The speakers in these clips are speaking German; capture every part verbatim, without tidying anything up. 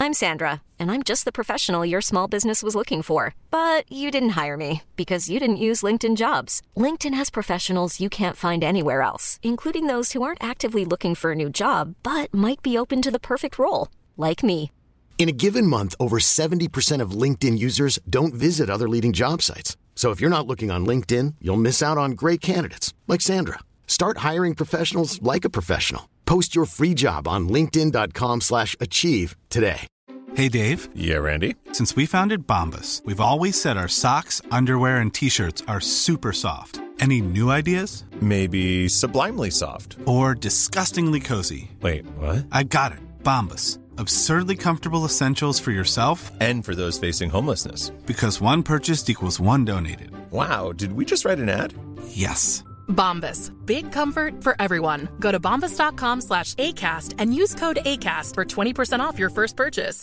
I'm Sandra, and I'm just the professional your small business was looking for. But you didn't hire me because you didn't use LinkedIn Jobs. LinkedIn has professionals you can't find anywhere else, including those who aren't actively looking for a new job, but might be open to the perfect role, like me. In a given month, over seventy percent of LinkedIn users don't visit other leading job sites. So if you're not looking on LinkedIn, you'll miss out on great candidates like Sandra. Start hiring professionals like a professional. Post your free job on linkedin dot com slash achieve today. Hey, Dave. Yeah, Randy. Since we founded Bombas, we've always said our socks, underwear, and T-shirts are super soft. Any new ideas? Maybe sublimely soft. Or disgustingly cozy. Wait, what? I got it. Bombas. Absurdly comfortable essentials for yourself and for those facing homelessness. Because one purchased equals one donated. Wow, did we just write an ad? Yes. Bombas. Big comfort for everyone. Go to bombas.com slash ACAST and use code ACAST for twenty percent off your first purchase.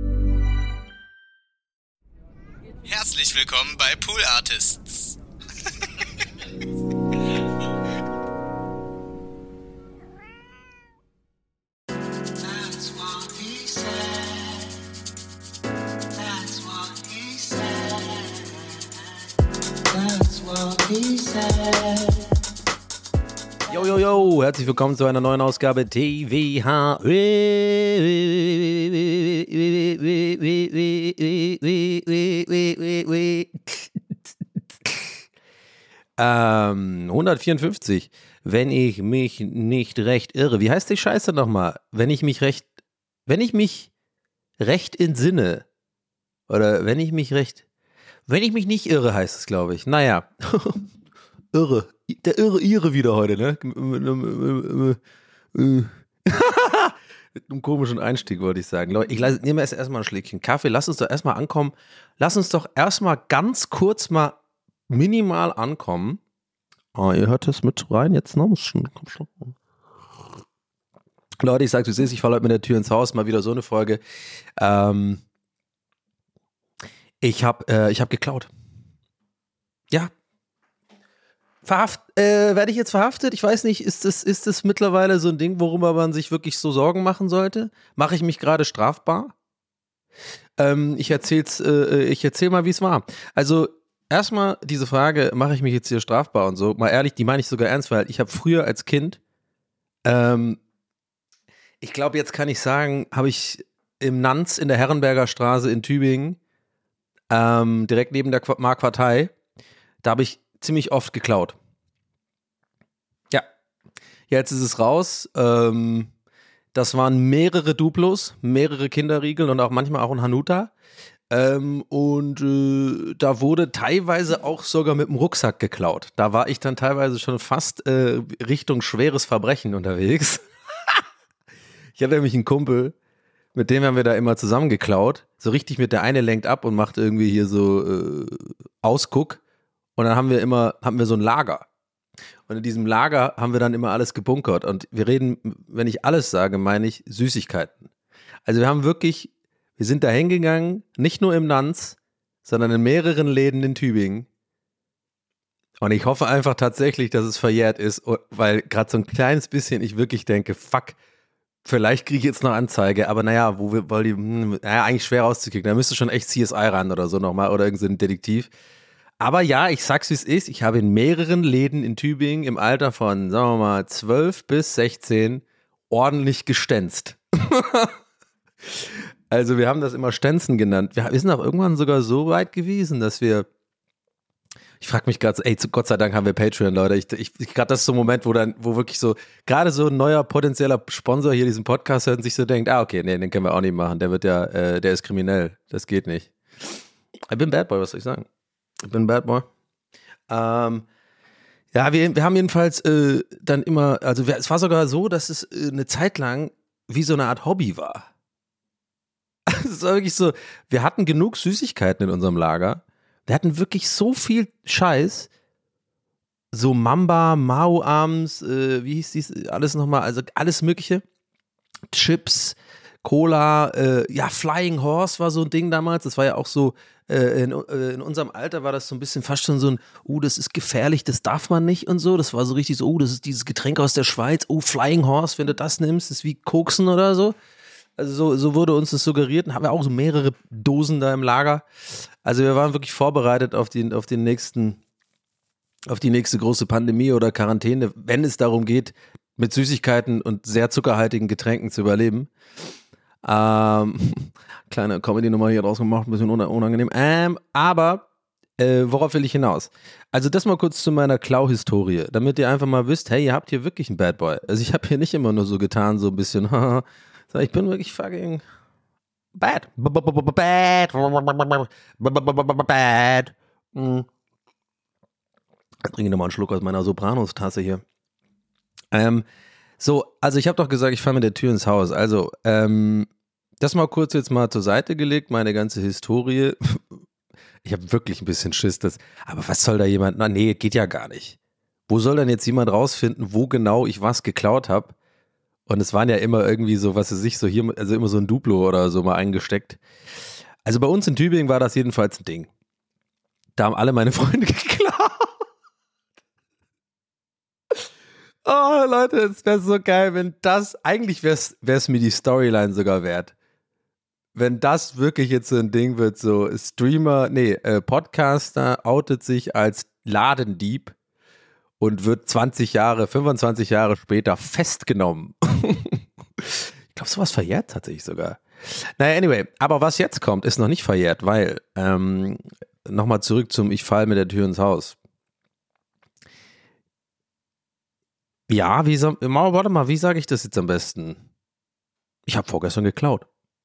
Herzlich willkommen bei Pool Artists. That's what he said. That's what he said. That's what he said. Yo, yo, yo, herzlich willkommen zu einer neuen Ausgabe T W H. ähm, hundertvierundfünfzig, wenn ich mich nicht recht irre. Wie heißt die Scheiße nochmal? Wenn ich mich recht, wenn ich mich recht entsinne. Oder wenn ich mich recht, wenn ich mich nicht irre, heißt es, glaube ich. Naja, irre. Der irre Ire wieder heute, ne? Mit einem komischen Einstieg, würde ich sagen. Leute, ich nehme erst erstmal ein Schlägchen Kaffee. Lass uns doch erstmal ankommen. Lass uns doch erstmal ganz kurz mal minimal ankommen. Oh, ihr hört das mit rein jetzt, ne? Komm schon. Leute, ich sag's, wie es ist. Ich falle heute mit der Tür ins Haus. Mal wieder so eine Folge. Ähm, ich hab, äh, ich hab geklaut. Ja. Verhaft, äh, werde ich jetzt verhaftet? Ich weiß nicht, ist das, ist das mittlerweile so ein Ding, worüber man sich wirklich so Sorgen machen sollte? Mache ich mich gerade strafbar? Ähm, ich erzähl's, äh, ich erzähl mal, wie es war. Also, erstmal diese Frage, mache ich mich jetzt hier strafbar und so, mal ehrlich, die meine ich sogar ernst, weil ich habe früher als Kind, ähm, ich glaube, jetzt kann ich sagen, habe ich im Nanz in der Herrenberger Straße in Tübingen, ähm, direkt neben der Marquartei, da habe ich ziemlich oft geklaut. Ja, jetzt ist es raus. Ähm, das waren mehrere Duplos, mehrere Kinderriegel und auch manchmal auch ein Hanuta. Ähm, und äh, da wurde teilweise auch sogar mit dem Rucksack geklaut. Da war ich dann teilweise schon fast äh, Richtung schweres Verbrechen unterwegs. Ich hatte nämlich einen Kumpel, mit dem haben wir da immer zusammen geklaut. So richtig mit der eine lenkt ab und macht irgendwie hier so äh, Ausguck. Und dann haben wir immer, haben wir so ein Lager. Und in diesem Lager haben wir dann immer alles gebunkert. Und wir reden, wenn ich alles sage, meine ich Süßigkeiten. Also wir haben wirklich, wir sind da hingegangen, nicht nur im Nanz, sondern in mehreren Läden in Tübingen. Und ich hoffe einfach tatsächlich, dass es verjährt ist, weil gerade so ein kleines bisschen ich wirklich denke, fuck, vielleicht kriege ich jetzt noch Anzeige. Aber naja, wo wir, weil die, naja, eigentlich schwer rauszukriegen. Da müsste schon echt C S I ran oder so nochmal oder irgendein Detektiv. Aber ja, ich sag's wie es ist, ich habe in mehreren Läden in Tübingen im Alter von, sagen wir mal, zwölf bis sechzehn ordentlich gestänzt. Also wir haben das immer Stänzen genannt. Wir sind auch irgendwann sogar so weit gewesen, dass wir, ich frage mich gerade, ey, Gott sei Dank haben wir Patreon, Leute. Ich, ich, ich gerade das ist so ein Moment, wo dann, wo wirklich so, gerade so ein neuer potenzieller Sponsor hier diesen Podcast hört und sich so denkt, ah, okay, nee, den können wir auch nicht machen. Der wird ja, äh, der ist kriminell. Das geht nicht. Ich bin Bad Boy, was soll ich sagen? Ich bin Bad Boy. Ähm, ja, wir, wir haben jedenfalls äh, dann immer, also wir, es war sogar so, dass es äh, eine Zeit lang wie so eine Art Hobby war. Es war wirklich so, wir hatten genug Süßigkeiten in unserem Lager. Wir hatten wirklich so viel Scheiß. So Mamba, Mao-Arms, äh, wie hieß dies, alles nochmal, also alles mögliche. Chips, Cola, äh, ja, Flying Horse war so ein Ding damals. Das war ja auch so, äh, in, äh, in unserem Alter war das so ein bisschen fast schon so ein, oh, das ist gefährlich, das darf man nicht und so. Das war so richtig so, oh, das ist dieses Getränk aus der Schweiz. Oh, Flying Horse, wenn du das nimmst, ist wie Koksen oder so. Also so, so wurde uns das suggeriert und haben wir auch so mehrere Dosen da im Lager. Also wir waren wirklich vorbereitet auf den, auf den nächsten, auf die nächste große Pandemie oder Quarantäne, wenn es darum geht, mit Süßigkeiten und sehr zuckerhaltigen Getränken zu überleben. Ähm, kleine Comedy-Nummer hier draus gemacht, ein bisschen unangenehm. Ähm, aber äh, worauf will ich hinaus? Also das mal kurz zu meiner Klau-Historie, damit ihr einfach mal wisst, hey, ihr habt hier wirklich einen Bad Boy. Also ich habe hier nicht immer nur so getan, so ein bisschen, haha. Ich bin wirklich fucking bad. Bad. Bad. Hm. Ich trinke nochmal einen Schluck aus meiner Sopranos-Tasse hier. Ähm, so, also ich habe doch gesagt, ich fahre mit der Tür ins Haus. Also, ähm, das mal kurz jetzt mal zur Seite gelegt, meine ganze Historie. Ich habe wirklich ein bisschen Schiss. Das, aber was soll da jemand, na nee, geht ja gar nicht. Wo soll denn jetzt jemand rausfinden, wo genau ich was geklaut habe? Und es waren ja immer irgendwie so, was weiß ich, so hier, also immer so ein Duplo oder so mal eingesteckt. Also bei uns in Tübingen war das jedenfalls ein Ding. Da haben alle meine Freunde geklaut. Oh Leute, es wäre so geil, wenn das, eigentlich wäre es mir die Storyline sogar wert. Wenn das wirklich jetzt so ein Ding wird, so Streamer, nee, äh, Podcaster outet sich als Ladendieb und wird zwanzig Jahre, fünfundzwanzig Jahre später festgenommen. Ich glaube, sowas verjährt tatsächlich sogar. Naja, anyway, aber was jetzt kommt, ist noch nicht verjährt, weil, ähm, nochmal zurück zum Ich fall mit der Tür ins Haus. Ja, wie soll, warte mal, wie sage ich das jetzt am besten? Ich habe vorgestern geklaut.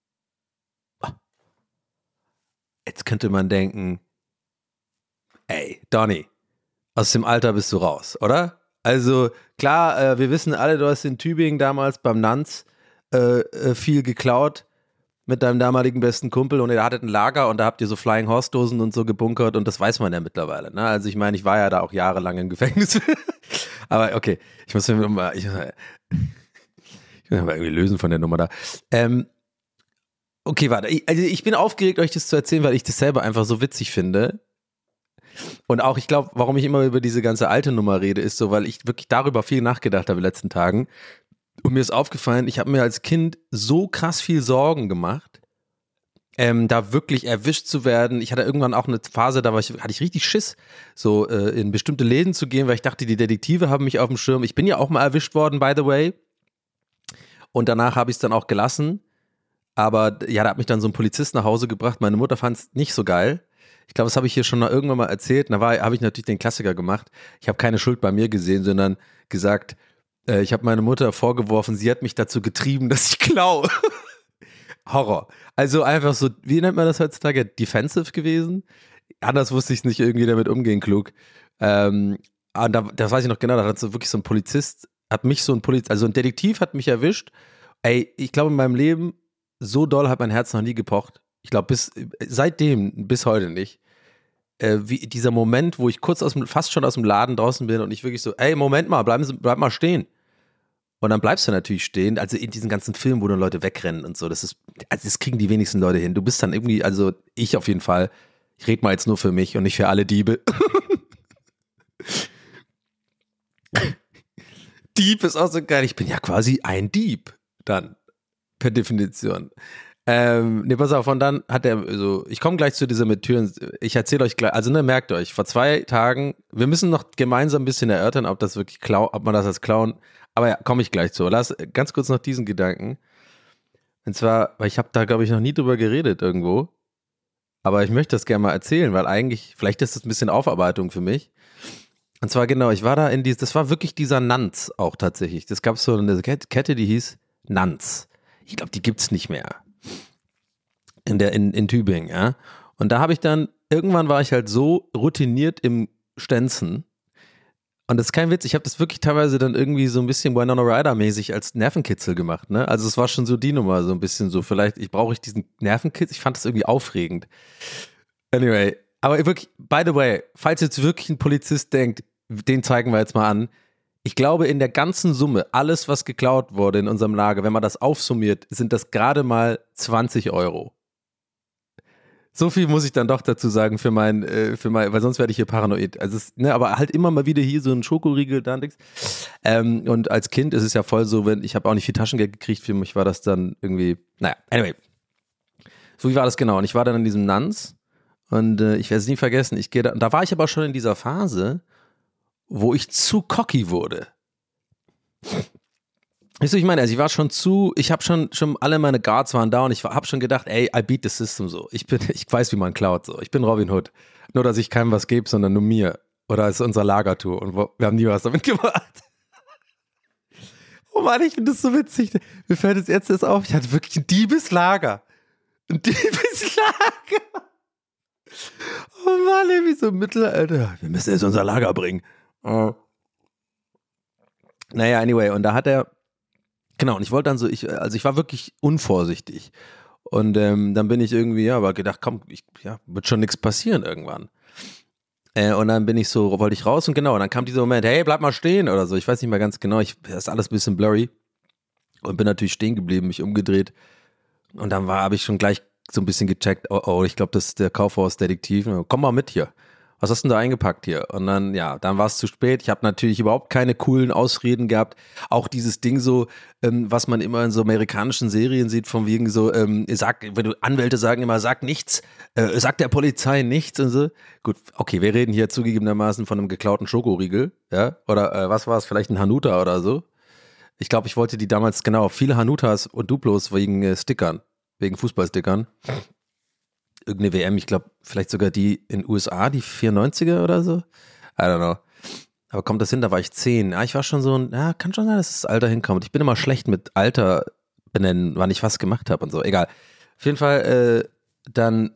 Jetzt könnte man denken, ey, Donny, aus dem Alter bist du raus, oder? Also klar, äh, wir wissen alle, du hast in Tübingen damals beim Nanz äh, äh, viel geklaut mit deinem damaligen besten Kumpel und ihr hattet ein Lager und da habt ihr so Flying Horse Dosen und so gebunkert und das weiß man ja mittlerweile. Ne? Also ich meine, ich war ja da auch jahrelang im Gefängnis. Aber okay, ich muss mir mal, ich, ich muss mal irgendwie lösen von der Nummer da. Ähm, okay, warte, ich, also ich bin aufgeregt, euch das zu erzählen, weil ich das selber einfach so witzig finde. Und auch, ich glaube, warum ich immer über diese ganze alte Nummer rede, ist so, weil ich wirklich darüber viel nachgedacht habe in den letzten Tagen. Und mir ist aufgefallen, ich habe mir als Kind so krass viel Sorgen gemacht, ähm, da wirklich erwischt zu werden. Ich hatte irgendwann auch eine Phase, da war ich, hatte ich richtig Schiss, so äh, in bestimmte Läden zu gehen, weil ich dachte, die Detektive haben mich auf dem Schirm. Ich bin ja auch mal erwischt worden, by the way. Und danach habe ich es dann auch gelassen. Aber ja, da hat mich dann so ein Polizist nach Hause gebracht. Meine Mutter fand es nicht so geil. Ich glaube, das habe ich hier schon mal irgendwann mal erzählt. Da habe ich natürlich den Klassiker gemacht. Ich habe keine Schuld bei mir gesehen, sondern gesagt, äh, ich habe meine Mutter vorgeworfen, sie hat mich dazu getrieben, dass ich klaue. Horror. Also einfach so, wie nennt man das heutzutage? Defensive gewesen? Anders wusste ich es nicht, irgendwie damit umgehen klug. Ähm, und da, das weiß ich noch genau, da hat so wirklich so ein Polizist, hat mich so ein Polizist, also ein Detektiv hat mich erwischt. Ey, ich glaube in meinem Leben, so doll hat mein Herz noch nie gepocht. Ich glaube, bis seitdem, bis heute nicht. Äh, wie dieser Moment, wo ich kurz aus dem, fast schon aus dem Laden draußen bin und ich wirklich so, ey, Moment mal, bleib, bleib mal stehen. Und dann bleibst du natürlich stehen, also in diesen ganzen Filmen, wo dann Leute wegrennen und so, das ist, also das kriegen die wenigsten Leute hin. Du bist dann irgendwie, also ich auf jeden Fall, ich rede mal jetzt nur für mich und nicht für alle Diebe. Dieb ist auch so geil, ich bin ja quasi ein Dieb, dann, per Definition. Ähm, ne, pass auf, und dann hat er so, ich komme gleich zu dieser mit Türen, ich erzähle euch gleich, also ne, merkt euch, vor zwei Tagen, wir müssen noch gemeinsam ein bisschen erörtern, ob das wirklich Klau, ob man das als Klauen, aber ja, komme ich gleich zu. Lass ganz kurz noch diesen Gedanken. Und zwar, weil ich habe da, glaube ich, noch nie drüber geredet irgendwo, aber ich möchte das gerne mal erzählen, weil eigentlich, vielleicht ist das ein bisschen Aufarbeitung für mich. Und zwar genau, ich war da in dieses, das war wirklich dieser Nanz auch tatsächlich. Das gab so eine Kette, die hieß Nanz. Ich glaube, die gibt's nicht mehr. In der, in, in Tübingen, ja. Und da habe ich dann, irgendwann war ich halt so routiniert im Stenzen. Und das ist kein Witz, ich habe das wirklich teilweise dann irgendwie so ein bisschen Winona Ryder-mäßig als Nervenkitzel gemacht, ne? Also es war schon so die Nummer, so ein bisschen so, vielleicht, ich brauche ich diesen Nervenkitzel, ich fand das irgendwie aufregend. Anyway, aber wirklich, by the way, falls jetzt wirklich ein Polizist denkt, den zeigen wir jetzt mal an, ich glaube, in der ganzen Summe, alles, was geklaut wurde in unserem Lager, wenn man das aufsummiert, sind das gerade mal zwanzig Euro. So viel muss ich dann doch dazu sagen für mein, äh, für mein, weil sonst werde ich hier paranoid. Also es, ne, aber halt immer mal wieder hier so ein Schokoriegel da nix. Ähm, und als Kind ist es ja voll so, wenn ich habe auch nicht viel Taschengeld gekriegt, für mich war das dann irgendwie, naja, anyway. So wie war das genau? Und ich war dann in diesem Nanz und äh, ich werde es nie vergessen. Ich gehe da, da war ich aber schon in dieser Phase, wo ich zu cocky wurde. Weißt du, ich meine, also ich war schon zu, ich habe schon, schon alle meine Guards waren da und ich habe schon gedacht, ey, I beat the system so. Ich bin, ich weiß, wie man klaut so. Ich bin Robin Hood. Nur, dass ich keinem was gebe, sondern nur mir. Oder es ist unser Lagertour und wir haben nie was damit gemacht. Oh Mann, ich finde das so witzig. Mir fällt es jetzt erst auf, ich hatte wirklich ein Diebeslager. Ein Diebeslager. Oh Mann, ey, wie so im Mittelalter. Wir müssen jetzt unser Lager bringen. Oh. Naja, anyway, und da hat er Genau, und ich wollte dann so, ich, also ich war wirklich unvorsichtig. Und ähm, dann bin ich irgendwie, ja, aber gedacht, komm, ich, ja, wird schon nichts passieren irgendwann. Äh, und dann bin ich so, wollte ich raus und genau, und dann kam dieser Moment, hey, bleib mal stehen oder so. Ich weiß nicht mehr ganz genau, ich, das ist alles ein bisschen blurry. Und bin natürlich stehen geblieben, mich umgedreht. Und dann war, habe ich schon gleich so ein bisschen gecheckt, oh, oh, ich glaube, das ist der Kaufhausdetektiv. Komm mal mit hier. Was hast du denn da eingepackt hier? Und dann, ja, dann war es zu spät. Ich habe natürlich überhaupt keine coolen Ausreden gehabt. Auch dieses Ding so, ähm, was man immer in so amerikanischen Serien sieht, von wegen so, ähm, sag, wenn du Anwälte sagen immer, sag nichts, äh, sag der Polizei nichts und so. Gut, okay, wir reden hier zugegebenermaßen von einem geklauten Schokoriegel, ja, oder äh, was war es, vielleicht ein Hanuta oder so. Ich glaube, ich wollte die damals, genau, viele Hanutas und Duplos wegen äh, Stickern, wegen Fußballstickern. Irgendeine W M, ich glaube, vielleicht sogar die in den U S A, die vierundneunziger oder so. I don't know. Aber kommt das hin, da war ich zehn. Ja, ich war schon so ein, ja, kann schon sein, dass das Alter hinkommt. Ich bin immer schlecht mit Alter benennen, wann ich was gemacht habe und so. Egal. Auf jeden Fall, äh, dann,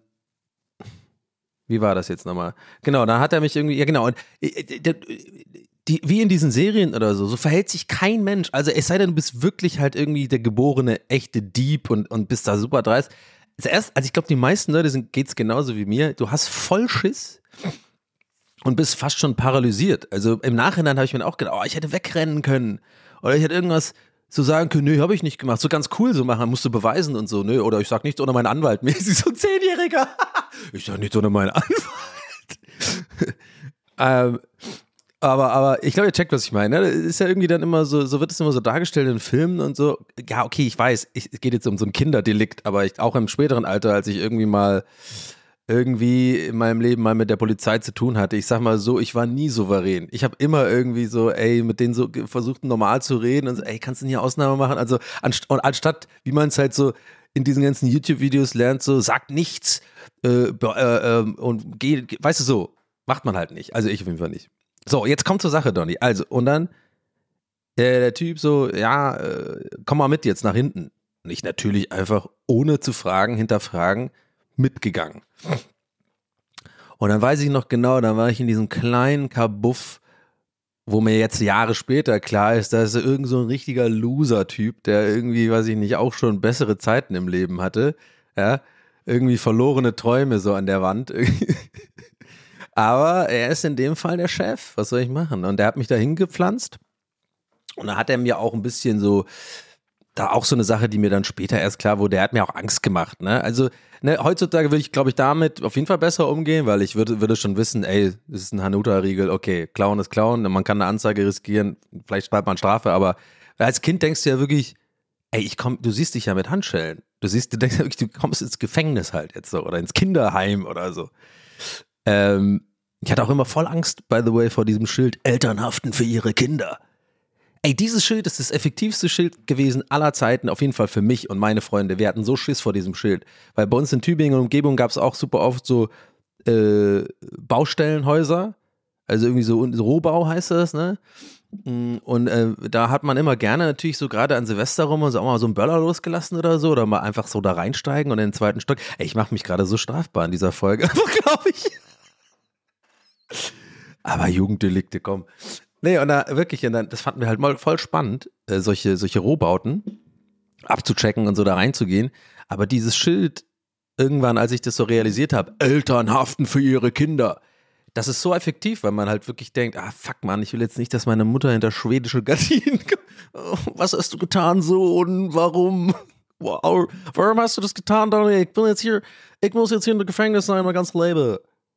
wie war das jetzt nochmal? Genau, dann hat er mich irgendwie, ja genau, und äh, die, wie in diesen Serien oder so, so verhält sich kein Mensch. Also es sei denn, du bist wirklich halt irgendwie der geborene, echte Dieb und, und bist da super dreist. Zuerst, also ich glaube, die meisten Leute sind, geht's genauso wie mir. Du hast voll Schiss und bist fast schon paralysiert. Also im Nachhinein habe ich mir auch gedacht, oh, ich hätte wegrennen können. Oder ich hätte irgendwas so sagen können, nö, habe ich nicht gemacht. So ganz cool so machen, musst du beweisen und so, nö. Oder ich sag nichts ohne meinen Anwalt. Mäßig so ein Zehnjähriger. Ich sag nichts ohne meinen Anwalt. ähm, Aber, aber ich glaube, ihr checkt, was ich meine. Das ist ja irgendwie dann immer so, so wird es immer so dargestellt in Filmen und so. Ja, okay, ich weiß, ich, es geht jetzt um so ein Kinderdelikt, aber ich, auch im späteren Alter, als ich irgendwie mal irgendwie in meinem Leben mal mit der Polizei zu tun hatte, ich sag mal so, ich war nie souverän. Ich habe immer irgendwie so, ey, mit denen so versucht, normal zu reden und so, ey, kannst du denn hier Ausnahme machen? Also, anst- und anstatt, wie man es halt so in diesen ganzen YouTube-Videos lernt, so, sag nichts äh, äh, äh, und geh, weißt du, so, macht man halt nicht. Also ich auf jeden Fall nicht. So, jetzt kommt zur Sache, Donny. Also, und dann äh, der Typ so, ja, äh, komm mal mit jetzt nach hinten. Und ich natürlich einfach, ohne zu fragen, hinterfragen, mitgegangen. Und dann weiß ich noch genau, dann war ich in diesem kleinen Kabuff, wo mir jetzt Jahre später klar ist, da ist irgend so ein richtiger Loser-Typ, der irgendwie, weiß ich nicht, auch schon bessere Zeiten im Leben hatte. Ja, irgendwie verlorene Träume so an der Wand. Aber er ist in dem Fall der Chef. Was soll ich machen? Und der hat mich da hingepflanzt. Und da hat er mir auch ein bisschen so, da auch so eine Sache, die mir dann später erst klar wurde, der hat mir auch Angst gemacht. Ne? Also ne, heutzutage würde ich, glaube ich, damit auf jeden Fall besser umgehen, weil ich würde, würde schon wissen, ey, das ist ein Hanuta-Riegel, okay, Klauen ist Klauen, man kann eine Anzeige riskieren, vielleicht schreibt man Strafe, aber als Kind denkst du ja wirklich, ey, ich komm, du siehst dich ja mit Handschellen. Du siehst, du denkst ja wirklich, du kommst ins Gefängnis halt jetzt so oder ins Kinderheim oder so. Ähm, ich hatte auch immer voll Angst, by the way, vor diesem Schild, Eltern haften für ihre Kinder. Ey, dieses Schild ist das effektivste Schild gewesen aller Zeiten, auf jeden Fall für mich und meine Freunde. Wir hatten so Schiss vor diesem Schild, weil bei uns in Tübingen und Umgebung gab es auch super oft so äh, Baustellenhäuser, also irgendwie so Rohbau heißt das, ne? Und äh, da hat man immer gerne natürlich so gerade an Silvester rum und so auch mal so einen Böller losgelassen oder so oder mal einfach so da reinsteigen und in den zweiten Stock. Ey, ich mache mich gerade so strafbar in dieser Folge, glaube ich. Aber Jugenddelikte, komm. Nee, und da wirklich, und dann, das fanden wir halt mal voll spannend, äh, solche, solche Rohbauten abzuchecken und so da reinzugehen. Aber dieses Schild, irgendwann, als ich das so realisiert habe, Eltern haften für ihre Kinder, das ist so effektiv, weil man halt wirklich denkt, ah fuck man, ich will jetzt nicht, dass meine Mutter hinter schwedische Gardinen kommt. Oh, was hast du getan, Sohn? Warum? wow, warum hast du das getan, Donny? Ich bin jetzt hier, ich muss jetzt hier in der Gefängnis sein, mein ganzes Leben.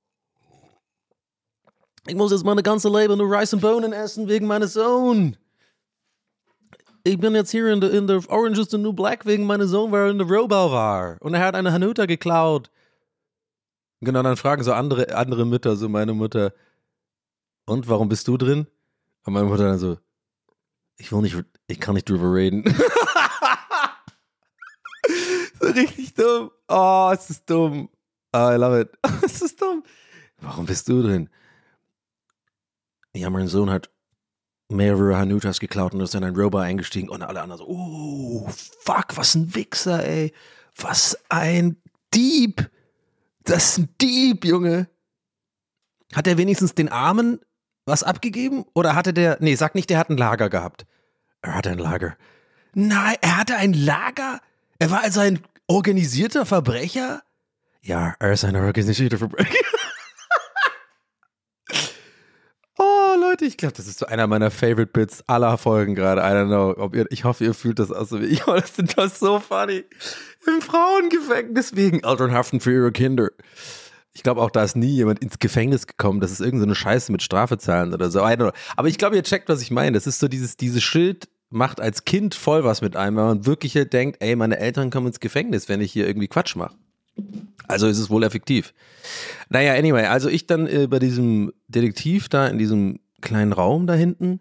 Ich muss jetzt meine ganze Leben nur Reis und Bohnen essen wegen meines Sohn. Ich bin jetzt hier in der, in der Orange is the New Black wegen meines Sohn, weil er in der Rohbau war. Und er hat eine Hanuta geklaut. Genau, dann fragen so andere, andere Mütter, so meine Mutter, und warum bist du drin? Und meine Mutter dann so, ich will nicht, ich kann nicht drüber reden. So richtig dumm. Oh, es ist dumm. Oh, I love it. Es ist dumm. Warum bist du drin? Ja, mein Sohn hat mehrere Hanutas geklaut und ist in einen Rover eingestiegen und alle anderen so, oh, fuck, was ein Wichser, ey. Was ein Dieb. Das ist ein Dieb, Junge. Hat er wenigstens den Armen was abgegeben? Oder hatte der, nee, sag nicht, der hat ein Lager gehabt. Er hatte ein Lager. Nein, er hatte ein Lager? Er war also ein organisierter Verbrecher? Ja, er ist ein organisierter Verbrecher. Oh, Leute, ich glaube, das ist so einer meiner Favorite Bits aller Folgen gerade. I don't know, ob ihr, ich hoffe, ihr fühlt das auch so wie ich. Oh, das ist das so funny. Im Frauengefängnis wegen Elternhaften für ihre Kinder. Ich glaube auch, da ist nie jemand ins Gefängnis gekommen. Das ist irgendeine Scheiße mit Strafe zahlen oder so. I don't know. Aber ich glaube, ihr checkt, was ich meine. Das ist so dieses, dieses Schild macht als Kind voll was mit einem, weil man wirklich denkt, ey, meine Eltern kommen ins Gefängnis, wenn ich hier irgendwie Quatsch mache. Also ist es wohl effektiv. Naja, anyway, also ich dann äh, bei diesem Detektiv da in diesem kleinen Raum da hinten.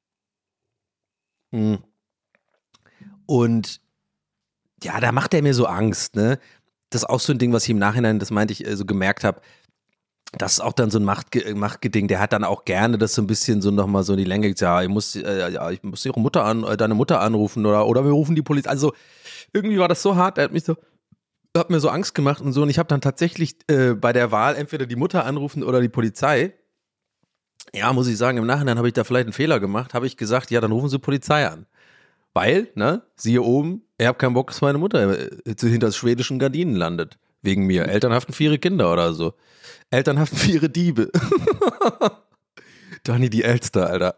Mhm. Und ja, da macht er mir so Angst, ne? Das ist auch so ein Ding, was ich im Nachhinein, das meinte ich, äh, so gemerkt habe, das ist auch dann so ein Machtge- Machtgeding, der hat dann auch gerne das so ein bisschen so nochmal so in die Länge, ja, ich muss, äh, ja, ich muss ihre Mutter an, äh, deine Mutter anrufen oder, oder wir rufen die Polizei. Also irgendwie war das so hart, er hat mich so, hat mir so Angst gemacht und so und ich habe dann tatsächlich äh, bei der Wahl entweder die Mutter anrufen oder die Polizei. Ja, muss ich sagen, im Nachhinein habe ich da vielleicht einen Fehler gemacht, habe ich gesagt, ja, dann rufen Sie Polizei an. Weil, ne, siehe oben, ich habe keinen Bock, dass meine Mutter äh, hinter schwedischen Gardinen landet. Wegen mir. Elternhaften für ihre Kinder oder so. Elternhaften für ihre Diebe. Donny die Elster, Alter.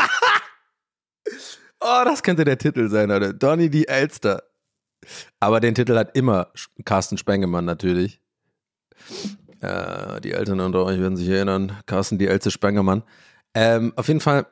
Oh, das könnte der Titel sein, Alter. Donny die Elster. Aber den Titel hat immer Carsten Spengemann natürlich. Äh, die Eltern unter euch werden sich erinnern. Carsten die Elste Spengemann. Ähm, auf jeden Fall.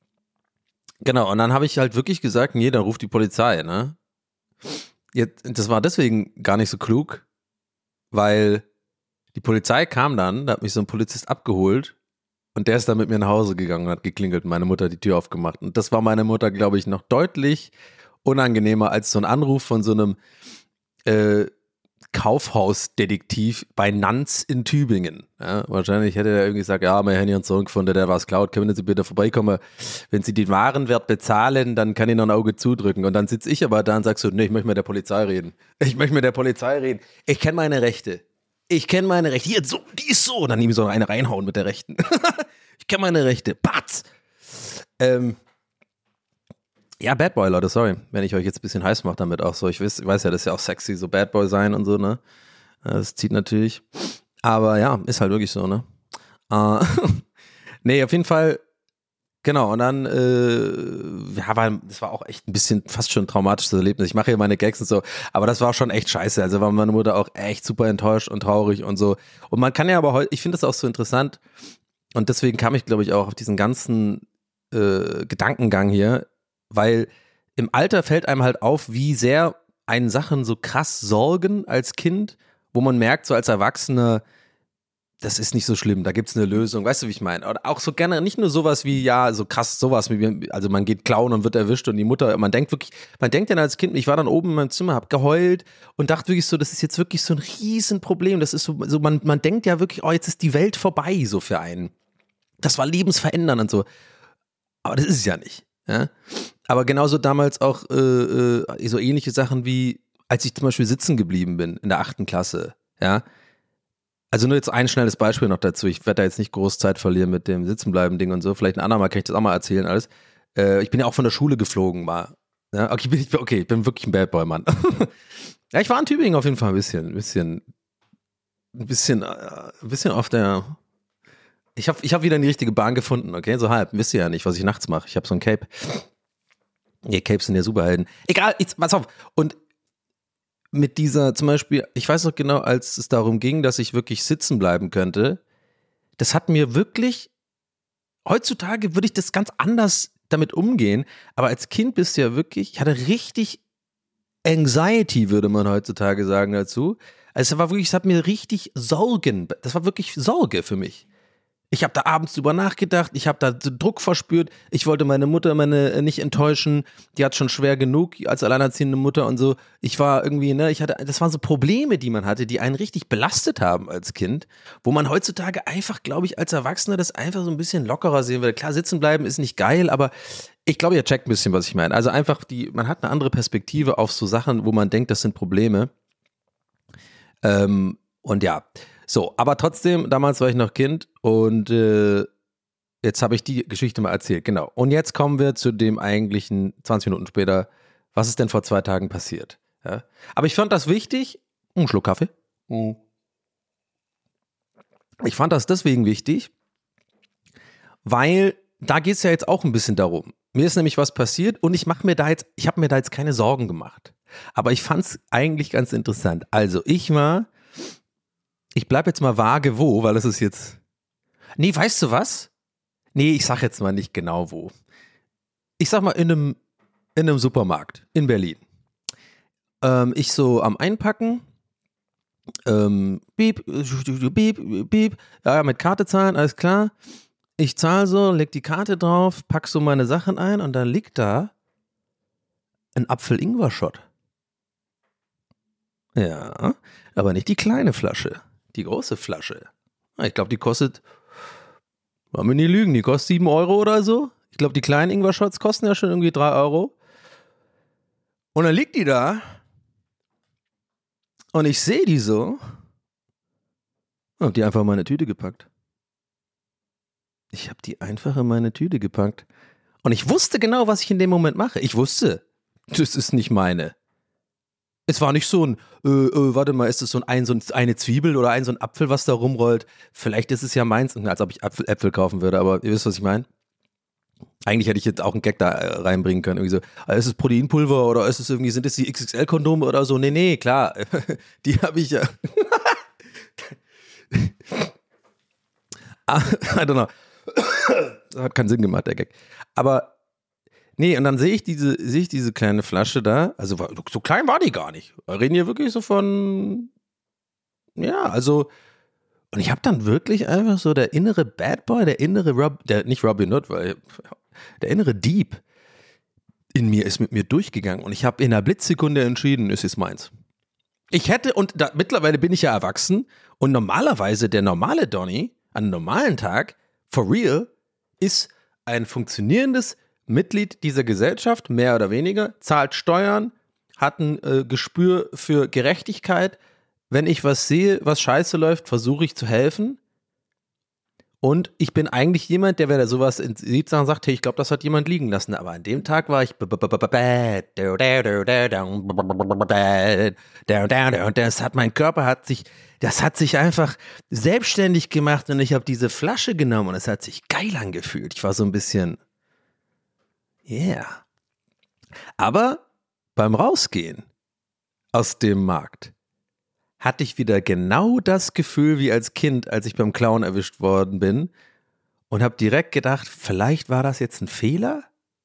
Genau, und dann habe ich halt wirklich gesagt, nee, dann ruft die Polizei, ne? Jetzt, das war deswegen gar nicht so klug, weil die Polizei kam dann, da hat mich so ein Polizist abgeholt und der ist dann mit mir nach Hause gegangen und hat geklingelt und meine Mutter hat die Tür aufgemacht. Und das war meiner Mutter, glaube ich, noch deutlich unangenehmer als so ein Anruf von so einem äh, Kaufhausdetektiv bei Nanz in Tübingen. Ja, wahrscheinlich hätte er irgendwie gesagt, ja, mein Handy und Sohn gefunden, der was klaut, können Sie bitte vorbeikommen. Wenn Sie den Warenwert bezahlen, dann kann ich noch ein Auge zudrücken. Und dann sitze ich aber da und sag so, nee, ich möchte mit der Polizei reden. Ich möchte mit der Polizei reden. Ich kenne meine Rechte. Ich kenne meine Rechte. Hier, so, die ist so. Und dann nehme ich so eine reinhauen mit der Rechten. Ich kenne meine Rechte. Patz! Ähm, ja, Bad Boy, Leute, sorry, wenn ich euch jetzt ein bisschen heiß mache damit auch so. Ich weiß, ich weiß ja, das ist ja auch sexy, so Bad Boy sein und so, ne? Das zieht natürlich. Aber ja, ist halt wirklich so, ne? Uh, nee, auf jeden Fall, genau, und dann, äh, ja, war, das war auch echt ein bisschen fast schon ein traumatisches Erlebnis. Ich mache hier meine Gags und so, aber das war schon echt scheiße. Also war meine Mutter auch echt super enttäuscht und traurig und so. Und man kann ja aber heute, ich finde das auch so interessant und deswegen kam ich, glaube ich, auch auf diesen ganzen äh, Gedankengang hier, weil im Alter fällt einem halt auf, wie sehr einen Sachen so krass sorgen als Kind, wo man merkt, so als Erwachsener, das ist nicht so schlimm, da gibt's eine Lösung, weißt du, wie ich meine? Oder auch so gerne, nicht nur sowas wie, ja, so krass sowas, wie, also man geht klauen und wird erwischt und die Mutter, man denkt wirklich, man denkt dann als Kind, ich war dann oben in meinem Zimmer, hab geheult und dachte wirklich so, das ist jetzt wirklich so ein Riesenproblem, das ist so, so man, man denkt ja wirklich, oh, jetzt ist die Welt vorbei, so für einen. Das war lebensverändernd und so. Aber das ist es ja nicht, ja. Aber genauso damals auch äh, äh, so ähnliche Sachen wie, als ich zum Beispiel sitzen geblieben bin in der achten Klasse, ja. Also nur jetzt ein schnelles Beispiel noch dazu. Ich werde da jetzt nicht groß Zeit verlieren mit dem Sitzenbleiben-Ding und so. Vielleicht ein andermal kann ich das auch mal erzählen alles. Äh, ich bin ja auch von der Schule geflogen mal. Ja, okay, bin ich, okay, ich bin wirklich ein Bad Boy, Mann. Ja, ich war in Tübingen auf jeden Fall ein bisschen, ein bisschen, ein bisschen, äh, ein bisschen auf der. Ich habe ich hab wieder die richtige Bahn gefunden, okay? So halb. Wisst ihr ja nicht, was ich nachts mache. Ich habe so ein Cape. Die Capes sind ja Superhelden. Egal, jetzt, pass auf. Und mit dieser, zum Beispiel, ich weiß noch genau, als es darum ging, dass ich wirklich sitzen bleiben könnte, das hat mir wirklich, heutzutage würde ich das ganz anders damit umgehen, aber als Kind bist du ja wirklich, ich hatte richtig Anxiety, würde man heutzutage sagen dazu. Also es war wirklich, es hat mir richtig Sorgen, das war wirklich Sorge für mich. Ich habe da abends drüber nachgedacht, ich habe da Druck verspürt, ich wollte meine Mutter meine nicht enttäuschen, die hat schon schwer genug als alleinerziehende Mutter und so. Ich war irgendwie, ne, ich hatte, das waren so Probleme, die man hatte, die einen richtig belastet haben als Kind, wo man heutzutage einfach, glaube ich, als Erwachsener das einfach so ein bisschen lockerer sehen würde. Klar, sitzen bleiben ist nicht geil, aber ich glaube, ihr checkt ein bisschen, was ich meine. Also einfach die, man hat eine andere Perspektive auf so Sachen, wo man denkt, das sind Probleme. Ähm, und ja, so, aber trotzdem, damals war ich noch Kind und äh, jetzt habe ich die Geschichte mal erzählt, genau. Und jetzt kommen wir zu dem eigentlichen, zwanzig Minuten später, was ist denn vor zwei Tagen passiert? Ja? Aber ich fand das wichtig, einen Schluck Kaffee. Ich fand das deswegen wichtig, weil da geht es ja jetzt auch ein bisschen darum. Mir ist nämlich was passiert und ich mache mir da jetzt, ich habe mir da jetzt keine Sorgen gemacht. Aber ich fand es eigentlich ganz interessant. Also ich war, ich bleibe jetzt mal vage wo, weil es ist jetzt, nee, weißt du was? Nee, ich sag jetzt mal nicht genau wo. Ich sag mal in einem, in einem Supermarkt in Berlin. Ähm, ich so am Einpacken, ähm, piep, piep, piep, ja, mit Karte zahlen, alles klar. Ich zahle so, leg die Karte drauf, pack so meine Sachen ein und dann liegt da ein Apfel-Ingwer-Shot. Ja, aber nicht die kleine Flasche, die große Flasche. Ich glaube, die kostet, wollen wir nie lügen, die kostet sieben Euro oder so. Ich glaube, die kleinen Ingwer-Shots kosten ja schon irgendwie drei Euro. Und dann liegt die da und ich sehe die so und hab die einfach in meine Tüte gepackt. Ich habe die einfach in meine Tüte gepackt. Und ich wusste genau, was ich in dem Moment mache. Ich wusste, das ist nicht meine. Es war nicht so ein, äh, äh, warte mal, ist das so, ein, so eine Zwiebel oder ein so ein Apfel, was da rumrollt? Vielleicht ist es ja meins, als ob ich Apfel, Äpfel kaufen würde, aber ihr wisst, was ich meine? Eigentlich hätte ich jetzt auch einen Gag da reinbringen können. Irgendwie so, ist es Proteinpulver oder ist es irgendwie, sind es die X X L-Kondome oder so? Nee, nee, klar. Die habe ich ja. I don't know. Das hat keinen Sinn gemacht, der Gag. Aber, nee, und dann sehe ich diese, sehe ich diese kleine Flasche da. Also, so klein war die gar nicht. Wir reden hier wirklich so von, ja, also, und ich habe dann wirklich einfach so der innere Bad Boy, der innere Rob, der, nicht Robin Hood, weil, der innere Dieb in mir ist mit mir durchgegangen und ich habe in einer Blitzsekunde entschieden, es ist meins. Ich hätte, und da, mittlerweile bin ich ja erwachsen und normalerweise der normale Donny an einem normalen Tag, for real, ist ein funktionierendes Mitglied dieser Gesellschaft, mehr oder weniger, zahlt Steuern, hat ein äh, Gespür für Gerechtigkeit. Wenn ich was sehe, was scheiße läuft, versuche ich zu helfen. Und ich bin eigentlich jemand, der, wenn er sowas sieht, sagt, hey, ich glaube, das hat jemand liegen lassen. Aber an dem Tag war ich und das hat, mein Körper hat sich, das hat sich einfach selbstständig gemacht und ich habe diese Flasche genommen und es hat sich geil angefühlt. Ich war so ein bisschen, yeah. Aber beim Rausgehen aus dem Markt hatte ich wieder genau das Gefühl wie als Kind, als ich beim Clown erwischt worden bin und habe direkt gedacht, vielleicht war das jetzt ein Fehler,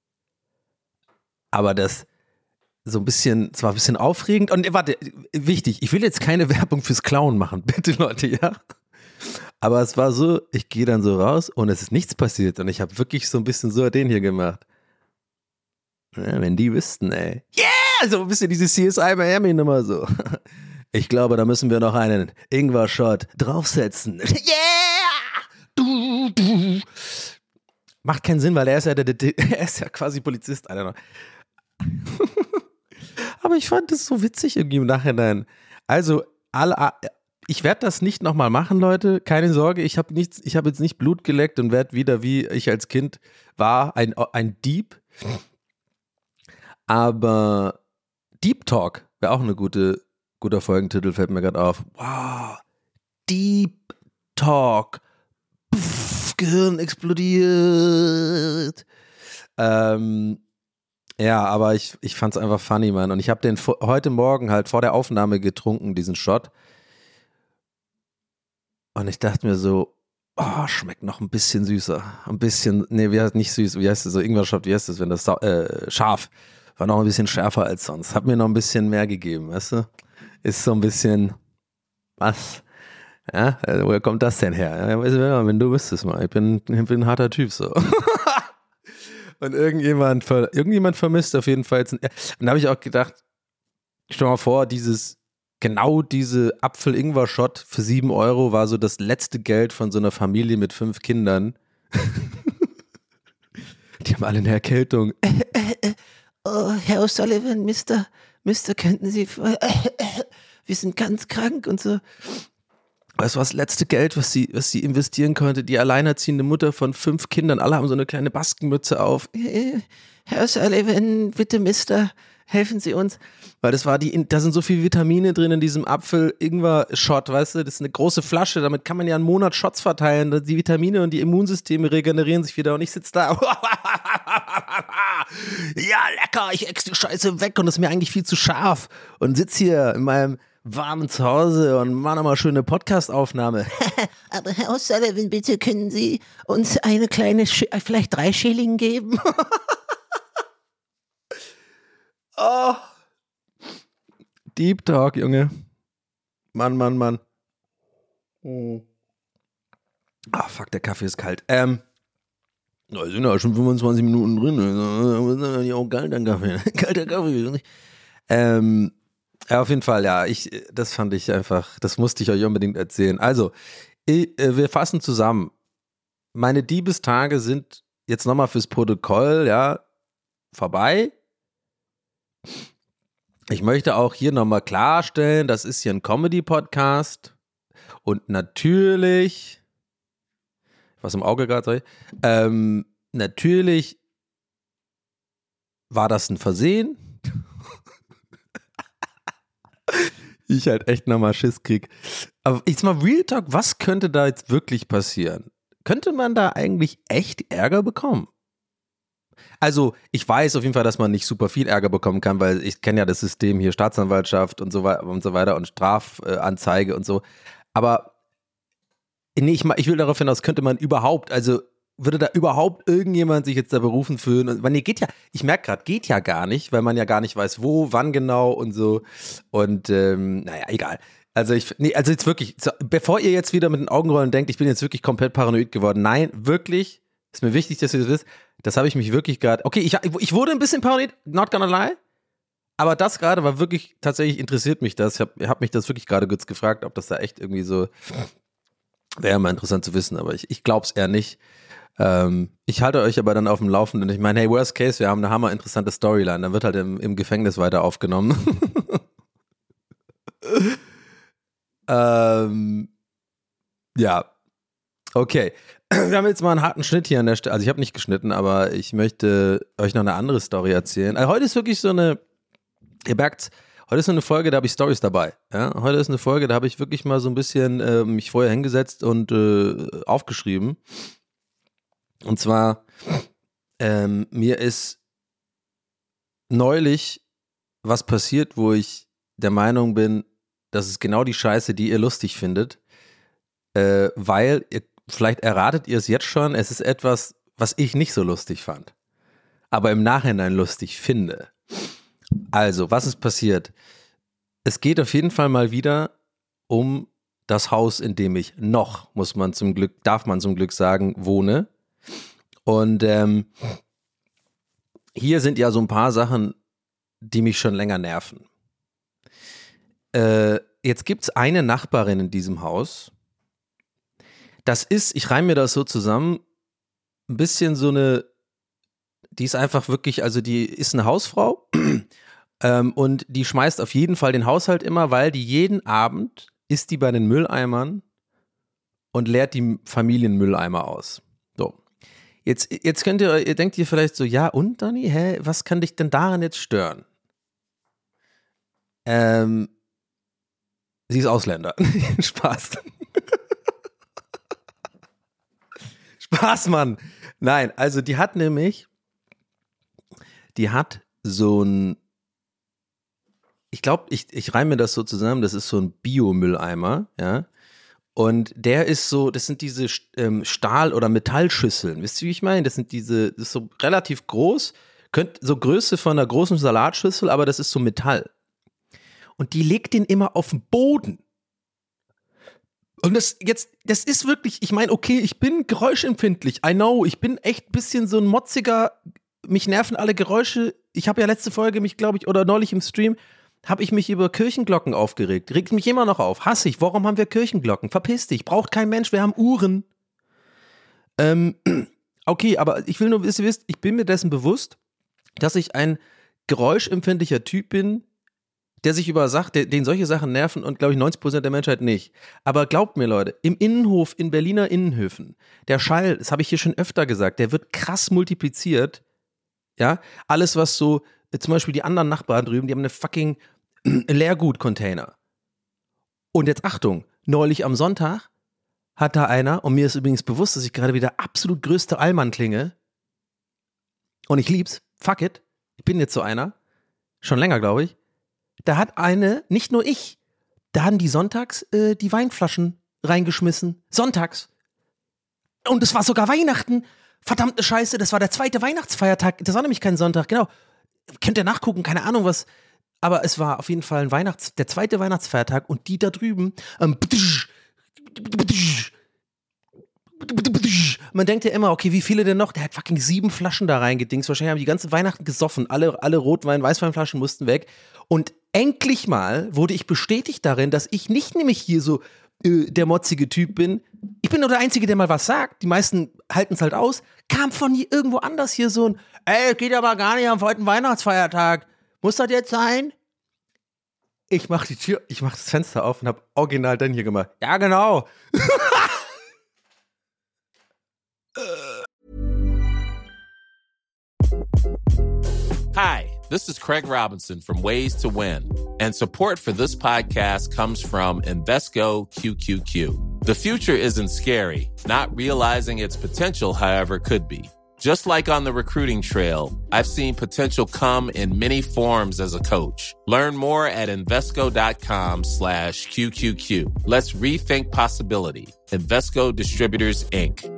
aber das so ein bisschen, es war ein bisschen aufregend und warte, wichtig, ich will jetzt keine Werbung fürs Clown machen, bitte Leute, ja, aber es war so, ich gehe dann so raus und es ist nichts passiert und ich habe wirklich so ein bisschen so den hier gemacht. Ja, wenn die wüssten, ey. Yeah! So ein bisschen diese C S I Miami-Nummer so. Ich glaube, da müssen wir noch einen Ingwer-Shot draufsetzen. Yeah! Du, du. Macht keinen Sinn, weil er ist ja, der, der, er ist ja quasi Polizist. I don't know. Aber ich fand das so witzig irgendwie im Nachhinein. Also, alle, ich werde das nicht nochmal machen, Leute. Keine Sorge, ich habe nichts, ich habe jetzt nicht Blut geleckt und werde wieder, wie ich als Kind war, ein, ein Dieb. Aber Deep Talk wäre auch eine gute Guter Folgentitel, fällt mir gerade auf. Wow, Deep Talk. Pff, Gehirn explodiert. Ähm, Ja, aber ich, ich fand's einfach funny, Mann. Und ich habe den vor, heute Morgen halt vor der Aufnahme getrunken, diesen Shot. Und ich dachte mir so, oh, schmeckt noch ein bisschen süßer. Ein bisschen, nee, wie heißt nicht süß, wie heißt das so, Ingwer-Shot, wie heißt das, wenn das, äh, scharf. War noch ein bisschen schärfer als sonst. Hat mir noch ein bisschen mehr gegeben, weißt du? Ist so ein bisschen, was? Ja, also woher kommt das denn her? Ja, weißt du, wenn du wüsstest mal, ich bin, ich bin ein harter Typ so. Und irgendjemand, irgendjemand vermisst auf jeden Fall jetzt. Und da habe ich auch gedacht, stell mal vor, dieses, genau diese Apfel-Ingwer-Shot für sieben Euro war so das letzte Geld von so einer Familie mit fünf Kindern. Die haben alle eine Erkältung. Äh, äh, äh, oh, Herr O'Sullivan, Mister, Mister, könnten Sie, äh, äh, wir sind ganz krank und so. Weißt du was, das letzte Geld, was sie, was sie investieren konnte, die alleinerziehende Mutter von fünf Kindern, alle haben so eine kleine Baskenmütze auf. Herr O'Sullivan, bitte Mister, helfen Sie uns. Weil das war die, da sind so viele Vitamine drin in diesem Apfel-Ingwer-Shot, weißt du, das ist eine große Flasche, damit kann man ja einen Monat Shots verteilen, die Vitamine und die Immunsysteme regenerieren sich wieder und ich sitze da, ja lecker, ich ex die Scheiße weg und das ist mir eigentlich viel zu scharf und sitze hier in meinem warmen Zuhause und machen nochmal schöne Podcast-Aufnahme. Aber Herr O'Sullivan, bitte können Sie uns eine kleine, Sch- vielleicht drei Schilling geben? Oh. Deep Talk, Junge. Mann, Mann, Mann. Oh. Ah, fuck, der Kaffee ist kalt. Ähm. Da sind ja schon fünfundzwanzig Minuten drin. Das ist ja auch kalter Kaffee. Kalter Kaffee. Ähm. Ja, auf jeden Fall, ja, ich, das fand ich einfach, das musste ich euch unbedingt erzählen. Also, ich, wir fassen zusammen. Meine Diebestage sind jetzt nochmal fürs Protokoll, ja, vorbei. Ich möchte auch hier nochmal klarstellen, das ist hier ein Comedy-Podcast und natürlich, was im Auge gerade, sorry, ähm, natürlich war das ein Versehen. Ich halt echt nochmal Schiss krieg. Aber jetzt mal Real Talk, was könnte da jetzt wirklich passieren? Könnte man da eigentlich echt Ärger bekommen? Also ich weiß auf jeden Fall, dass man nicht super viel Ärger bekommen kann, weil ich kenne ja das System hier, Staatsanwaltschaft und so, und so weiter und Strafanzeige und so. Aber nee, ich, ich will darauf hinaus, könnte man überhaupt, also würde da überhaupt irgendjemand sich jetzt da berufen fühlen? Und man, nee, geht ja, ich merke gerade, geht ja gar nicht, weil man ja gar nicht weiß, wo, wann genau und so. Und ähm, naja, egal. Also ich, nee, also jetzt wirklich, so, bevor ihr jetzt wieder mit den Augenrollen denkt, ich bin jetzt wirklich komplett paranoid geworden. Nein, wirklich, ist mir wichtig, dass ihr das wisst. Das habe ich mich wirklich gerade, okay, ich, ich wurde ein bisschen paranoid, not gonna lie. Aber das gerade war wirklich, tatsächlich interessiert mich das. Ich habe hab mich das wirklich gerade kurz gefragt, ob das da echt irgendwie so, wäre mal interessant zu wissen, aber ich, ich glaube es eher nicht. Ähm, ich halte euch aber dann auf dem Laufenden. Ich meine, hey, worst case, wir haben eine hammer interessante Storyline. Dann wird halt im, im Gefängnis weiter aufgenommen. ähm, ja, okay. Wir haben jetzt mal einen harten Schnitt hier an der Stelle. Also ich habe nicht geschnitten, aber ich möchte euch noch eine andere Story erzählen. Also heute ist wirklich so eine, ihr merkt, heute ist so eine Folge, da habe ich Storys dabei. Ja? Heute ist eine Folge, da habe ich wirklich mal so ein bisschen äh, mich vorher hingesetzt und äh, aufgeschrieben. Und zwar, ähm, mir ist neulich was passiert, wo ich der Meinung bin, das ist genau die Scheiße, die ihr lustig findet, äh, weil ihr, vielleicht erratet ihr es jetzt schon, es ist etwas, was ich nicht so lustig fand, aber im Nachhinein lustig finde. Also, was ist passiert? Es geht auf jeden Fall mal wieder um das Haus, in dem ich noch, muss man zum Glück, darf man zum Glück sagen, wohne. Und ähm, hier sind ja so ein paar Sachen, die mich schon länger nerven. Äh, jetzt gibt es eine Nachbarin in diesem Haus. Das ist, ich reime mir das so zusammen, ein bisschen so eine, die ist einfach wirklich, also die ist eine Hausfrau ähm, und die schmeißt auf jeden Fall den Haushalt immer, weil die jeden Abend ist die bei den Mülleimern und leert die Familienmülleimer aus. So. Jetzt, jetzt könnt ihr, ihr denkt ihr vielleicht so, ja und Dani, hä, was kann dich denn daran jetzt stören? Ähm, sie ist Ausländer. Spaß. Spaß, Mann. Nein, also die hat nämlich, die hat so ein, ich glaube, ich, ich reime mir das so zusammen, das ist so ein Biomülleimer, ja. Und der ist so, das sind diese ähm, Stahl- oder Metallschüsseln. Wisst ihr, wie ich meine? Das sind diese, das ist so relativ groß, könnt, so Größe von einer großen Salatschüssel, aber das ist so Metall. Und die legt den immer auf den Boden. Und das jetzt, das ist wirklich, ich meine, okay, ich bin geräuschempfindlich, I know, ich bin echt ein bisschen so ein motziger, mich nerven alle Geräusche. Ich habe ja letzte Folge mich, glaube ich, oder neulich im Stream, habe ich mich über Kirchenglocken aufgeregt. Regt mich immer noch auf. Hasse ich. Warum haben wir Kirchenglocken? Verpiss dich. Braucht kein Mensch. Wir haben Uhren. Ähm, okay, aber ich will nur, dass ihr wisst, ich bin mir dessen bewusst, dass ich ein geräuschempfindlicher Typ bin, der sich über Sachen, den solche Sachen nerven und, glaube ich, neunzig Prozent der Menschheit nicht. Aber glaubt mir, Leute, im Innenhof, in Berliner Innenhöfen, der Schall, das habe ich hier schon öfter gesagt, der wird krass multipliziert. Ja, alles, was so, zum Beispiel die anderen Nachbarn drüben, die haben eine fucking Leergut-Container. Und jetzt Achtung, neulich am Sonntag hat da einer, und mir ist übrigens bewusst, dass ich gerade wieder absolut größte Allmann klinge, und ich lieb's, fuck it, ich bin jetzt so einer, schon länger, glaube ich, da hat eine, nicht nur ich, da haben die sonntags äh, die Weinflaschen reingeschmissen, sonntags. Und es war sogar Weihnachten, verdammte Scheiße, das war der zweite Weihnachtsfeiertag, das war nämlich kein Sonntag, genau. Könnt ihr nachgucken, keine Ahnung was, aber es war auf jeden Fall ein Weihnachts-, der zweite Weihnachtsfeiertag und die da drüben, ähm, man denkt ja immer, okay, wie viele denn noch? Der hat fucking sieben Flaschen da reingedingst, wahrscheinlich haben die ganze Weihnachten gesoffen, alle, alle Rotwein-, Weißweinflaschen mussten weg und endlich mal wurde ich bestätigt darin, dass ich nicht nämlich hier so äh, der motzige Typ bin, ich bin nur der Einzige, der mal was sagt, die meisten halten es halt aus, kam von hier irgendwo anders hier so ein, ey, geht aber gar nicht am zweiten Weihnachtsfeiertag. Muss das jetzt sein? Ich mach die Tür, ich mach das Fenster auf und hab original dann hier gemacht. Ja, genau. Hi, this is Craig Robinson from Ways to Win, and support for this podcast comes from Invesco Q Q Q. The future isn't scary. Not realizing its potential, however, could be. Just like on the recruiting trail, I've seen potential come in many forms as a coach. Learn more at Invesco.com slash QQQ. Let's rethink possibility. Invesco Distributors, Incorporated.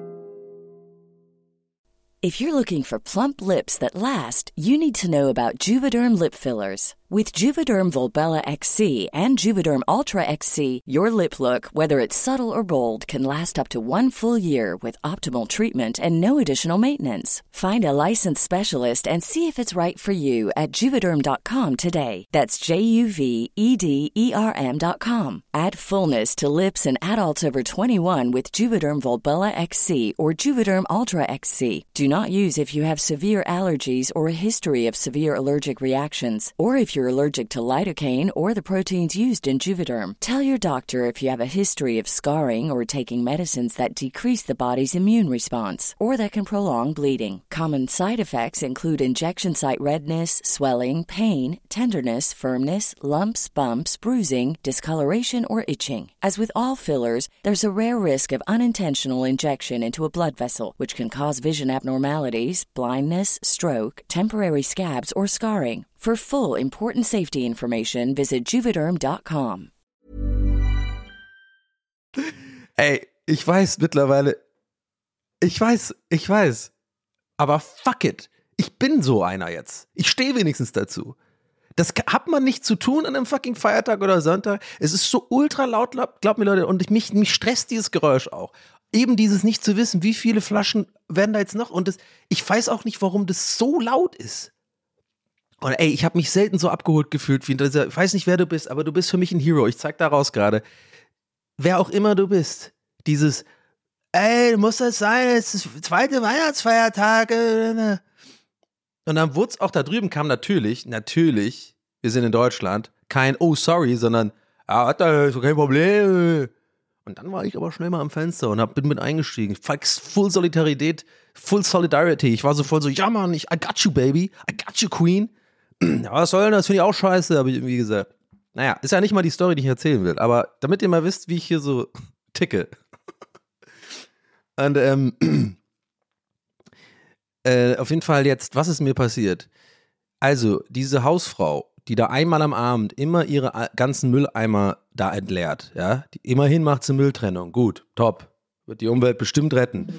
If you're looking for plump lips that last, you need to know about Juvederm lip fillers. With Juvederm Volbella X C and Juvederm Ultra X C, your lip look, whether it's subtle or bold, can last up to one full year with optimal treatment and no additional maintenance. Find a licensed specialist and see if it's right for you at Juvederm dot com today. That's J U V E D E R M dot com. Add fullness to lips in adults over twenty-one with Juvederm Volbella X C or Juvederm Ultra X C. Do not use if you have severe allergies or a history of severe allergic reactions, or if you're allergic to lidocaine or the proteins used in Juvederm. Tell your doctor if you have a history of scarring or taking medicines that decrease the body's immune response or that can prolong bleeding. Common side effects include injection site redness, swelling, pain, tenderness, firmness, lumps, bumps, bruising, discoloration, or itching. As with all fillers, there's a rare risk of unintentional injection into a blood vessel, which can cause vision abnormalities, blindness, stroke, temporary scabs, or scarring. For full, important safety information, visit Juvederm dot com. Ey, ich weiß mittlerweile, ich weiß, ich weiß, aber fuck it, ich bin so einer jetzt. Ich stehe wenigstens dazu. Das hat man nicht zu tun an einem fucking Feiertag oder Sonntag. Es ist so ultra laut, glaubt mir Leute, und ich, mich, mich stresst dieses Geräusch auch. Eben dieses nicht zu wissen, wie viele Flaschen werden da jetzt noch, und das, ich weiß auch nicht, warum das so laut ist. Und ey, ich habe mich selten so abgeholt gefühlt wie dieser, ich weiß nicht, wer du bist, aber du bist für mich ein Hero. Ich zeig daraus gerade. Wer auch immer du bist, dieses, ey, muss das sein, es ist der zweite Weihnachtsfeiertag. Und dann wurde es auch da drüben, kam natürlich, natürlich, wir sind in Deutschland, kein oh sorry, sondern, ah, hat da ist kein Problem. Und dann war ich aber schnell mal am Fenster und hab, bin mit eingestiegen. Full Solidarität, Full Solidarity. Ich war so voll so, ja Mann, ich, I got you, baby, I got you, Queen. Ja, was soll denn das? Finde ich auch scheiße, habe ich irgendwie gesagt. Naja, ist ja nicht mal die Story, die ich erzählen will, aber damit ihr mal wisst, wie ich hier so ticke. Und ähm, äh, auf jeden Fall jetzt, was ist mir passiert? Also, diese Hausfrau, die da einmal am Abend immer ihre ganzen Mülleimer da entleert, ja, die, immerhin macht sie Mülltrennung, gut, top, wird die Umwelt bestimmt retten.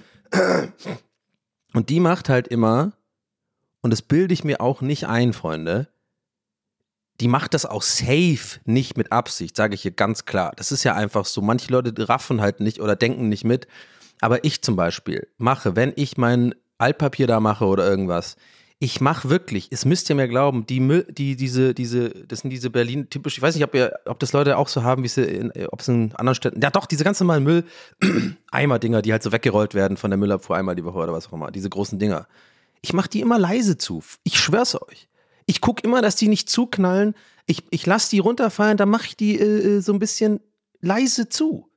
Und die macht halt immer, und das bilde ich mir auch nicht ein, Freunde, die macht das auch safe nicht mit Absicht, sage ich hier ganz klar. Das ist ja einfach so, manche Leute raffen halt nicht oder denken nicht mit, aber ich zum Beispiel mache, wenn ich mein Altpapier da mache oder irgendwas, ich mache wirklich, es müsst ihr mir glauben, die Müll, die, diese, diese, das sind diese Berlin typisch, ich weiß nicht, ob ihr, ob das Leute auch so haben, wie sie in, ob es in anderen Städten, ja doch, diese ganz normalen Müll-Eimer-Dinger, die halt so weggerollt werden von der Müllabfuhr einmal die Woche oder was auch immer, diese großen Dinger. Ich mache die immer leise zu, ich schwör's euch. Ich gucke immer, dass die nicht zuknallen, ich, ich lasse die runterfallen, dann mache ich die äh, so ein bisschen leise zu.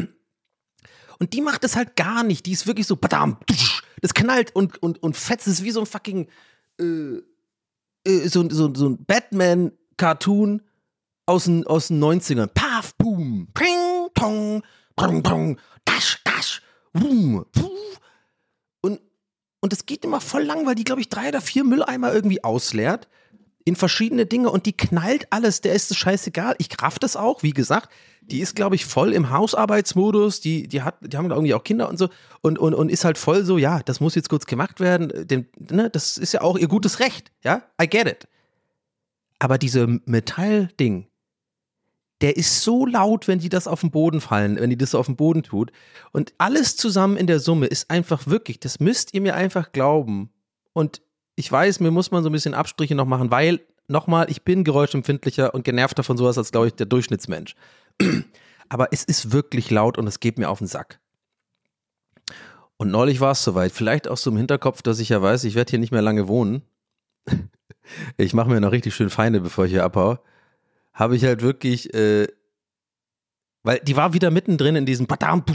Und die macht das halt gar nicht, die ist wirklich so, badam, das knallt und, und, und fetzt, es wie so ein fucking Äh, äh, so, so, so ein Batman-Cartoon aus den, aus den neunzigern. Paf, boom, ping, tong, prong, prong, dash, dash, boom, puh. Und, und das geht immer voll lang, weil die, glaube ich, drei oder vier Mülleimer irgendwie ausleert in verschiedene Dinge und die knallt alles, der ist es scheißegal. Ich raff das auch, wie gesagt, die ist, glaube ich, voll im Hausarbeitsmodus, die, die, hat, die haben irgendwie auch Kinder und so und, und, und ist halt voll so, ja, das muss jetzt kurz gemacht werden, den, ne, das ist ja auch ihr gutes Recht, ja, I get it. Aber diese Metallding, der ist so laut, wenn die das auf den Boden fallen, wenn die das auf den Boden tut und alles zusammen in der Summe ist einfach wirklich, das müsst ihr mir einfach glauben und ich weiß, mir muss man so ein bisschen Abstriche noch machen, weil, nochmal, ich bin geräuschempfindlicher und genervter von sowas als, glaube ich, der Durchschnittsmensch. Aber es ist wirklich laut und es geht mir auf den Sack. Und neulich war es soweit, vielleicht auch so im Hinterkopf, dass ich ja weiß, ich werde hier nicht mehr lange wohnen. Ich mache mir noch richtig schön Feinde, bevor ich hier abhaue. Habe ich halt wirklich, äh, weil die war wieder mittendrin in diesem dann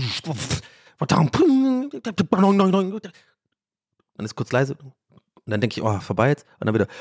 ist kurz leise. Und dann denke ich, oh, vorbei jetzt. Und dann wieder.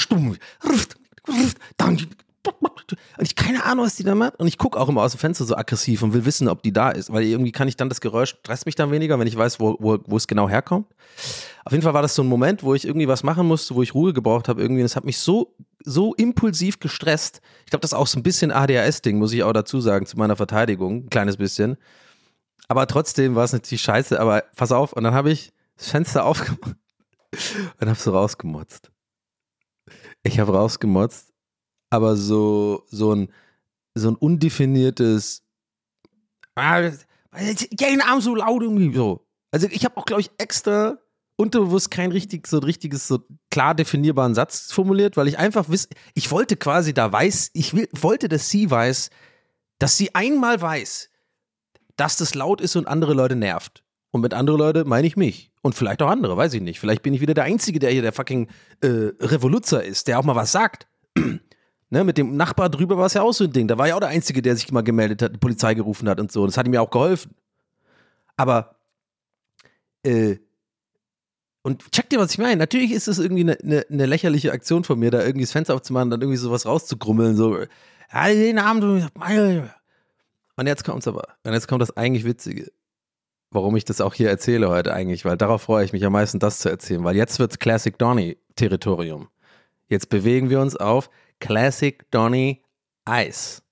Und ich keine Ahnung, was die da macht. Und ich gucke auch immer aus dem Fenster so aggressiv und will wissen, ob die da ist. Weil irgendwie kann ich dann das Geräusch, stresst mich dann weniger, wenn ich weiß, wo, wo, wo es genau herkommt. Auf jeden Fall war das so ein Moment, wo ich irgendwie was machen musste, wo ich Ruhe gebraucht habe. Irgendwie, das hat mich so, so impulsiv gestresst. Ich glaube, das ist auch so ein bisschen A D H S-Ding, muss ich auch dazu sagen, zu meiner Verteidigung. Ein kleines bisschen. Aber trotzdem war es natürlich scheiße. Aber pass auf, und dann habe ich das Fenster aufgemacht. Und hab so rausgemotzt. Ich habe rausgemotzt, aber so, so ein, so ein undefiniertes, ah, jeden Abend so laut irgendwie so. Also ich habe auch, glaube ich, extra unterbewusst kein richtig, so richtiges, so klar definierbaren Satz formuliert, weil ich einfach wiss, ich wollte quasi da weiß, ich will, wollte, dass sie weiß, dass sie einmal weiß, dass das laut ist und andere Leute nervt. Und mit andere Leute meine ich mich. Und vielleicht auch andere, weiß ich nicht. Vielleicht bin ich wieder der Einzige, der hier der fucking äh, Revoluzer ist, der auch mal was sagt. Ne, mit dem Nachbar drüber war es ja auch so ein Ding. Da war ja auch der Einzige, der sich mal gemeldet hat, die Polizei gerufen hat und so. Das hat ihm ja auch geholfen. Aber, äh, und check dir, was ich meine. Natürlich ist es irgendwie eine, eine, eine lächerliche Aktion von mir, da irgendwie das Fenster aufzumachen und dann irgendwie sowas rauszugrummeln. So, ja, den Abend. Und jetzt kommt's aber. Und jetzt kommt das eigentlich Witzige. Warum ich das auch hier erzähle heute eigentlich, weil darauf freue ich mich am meisten, das zu erzählen, weil jetzt wird's Classic Donny-Territorium. Jetzt bewegen wir uns auf Classic Donny Eis.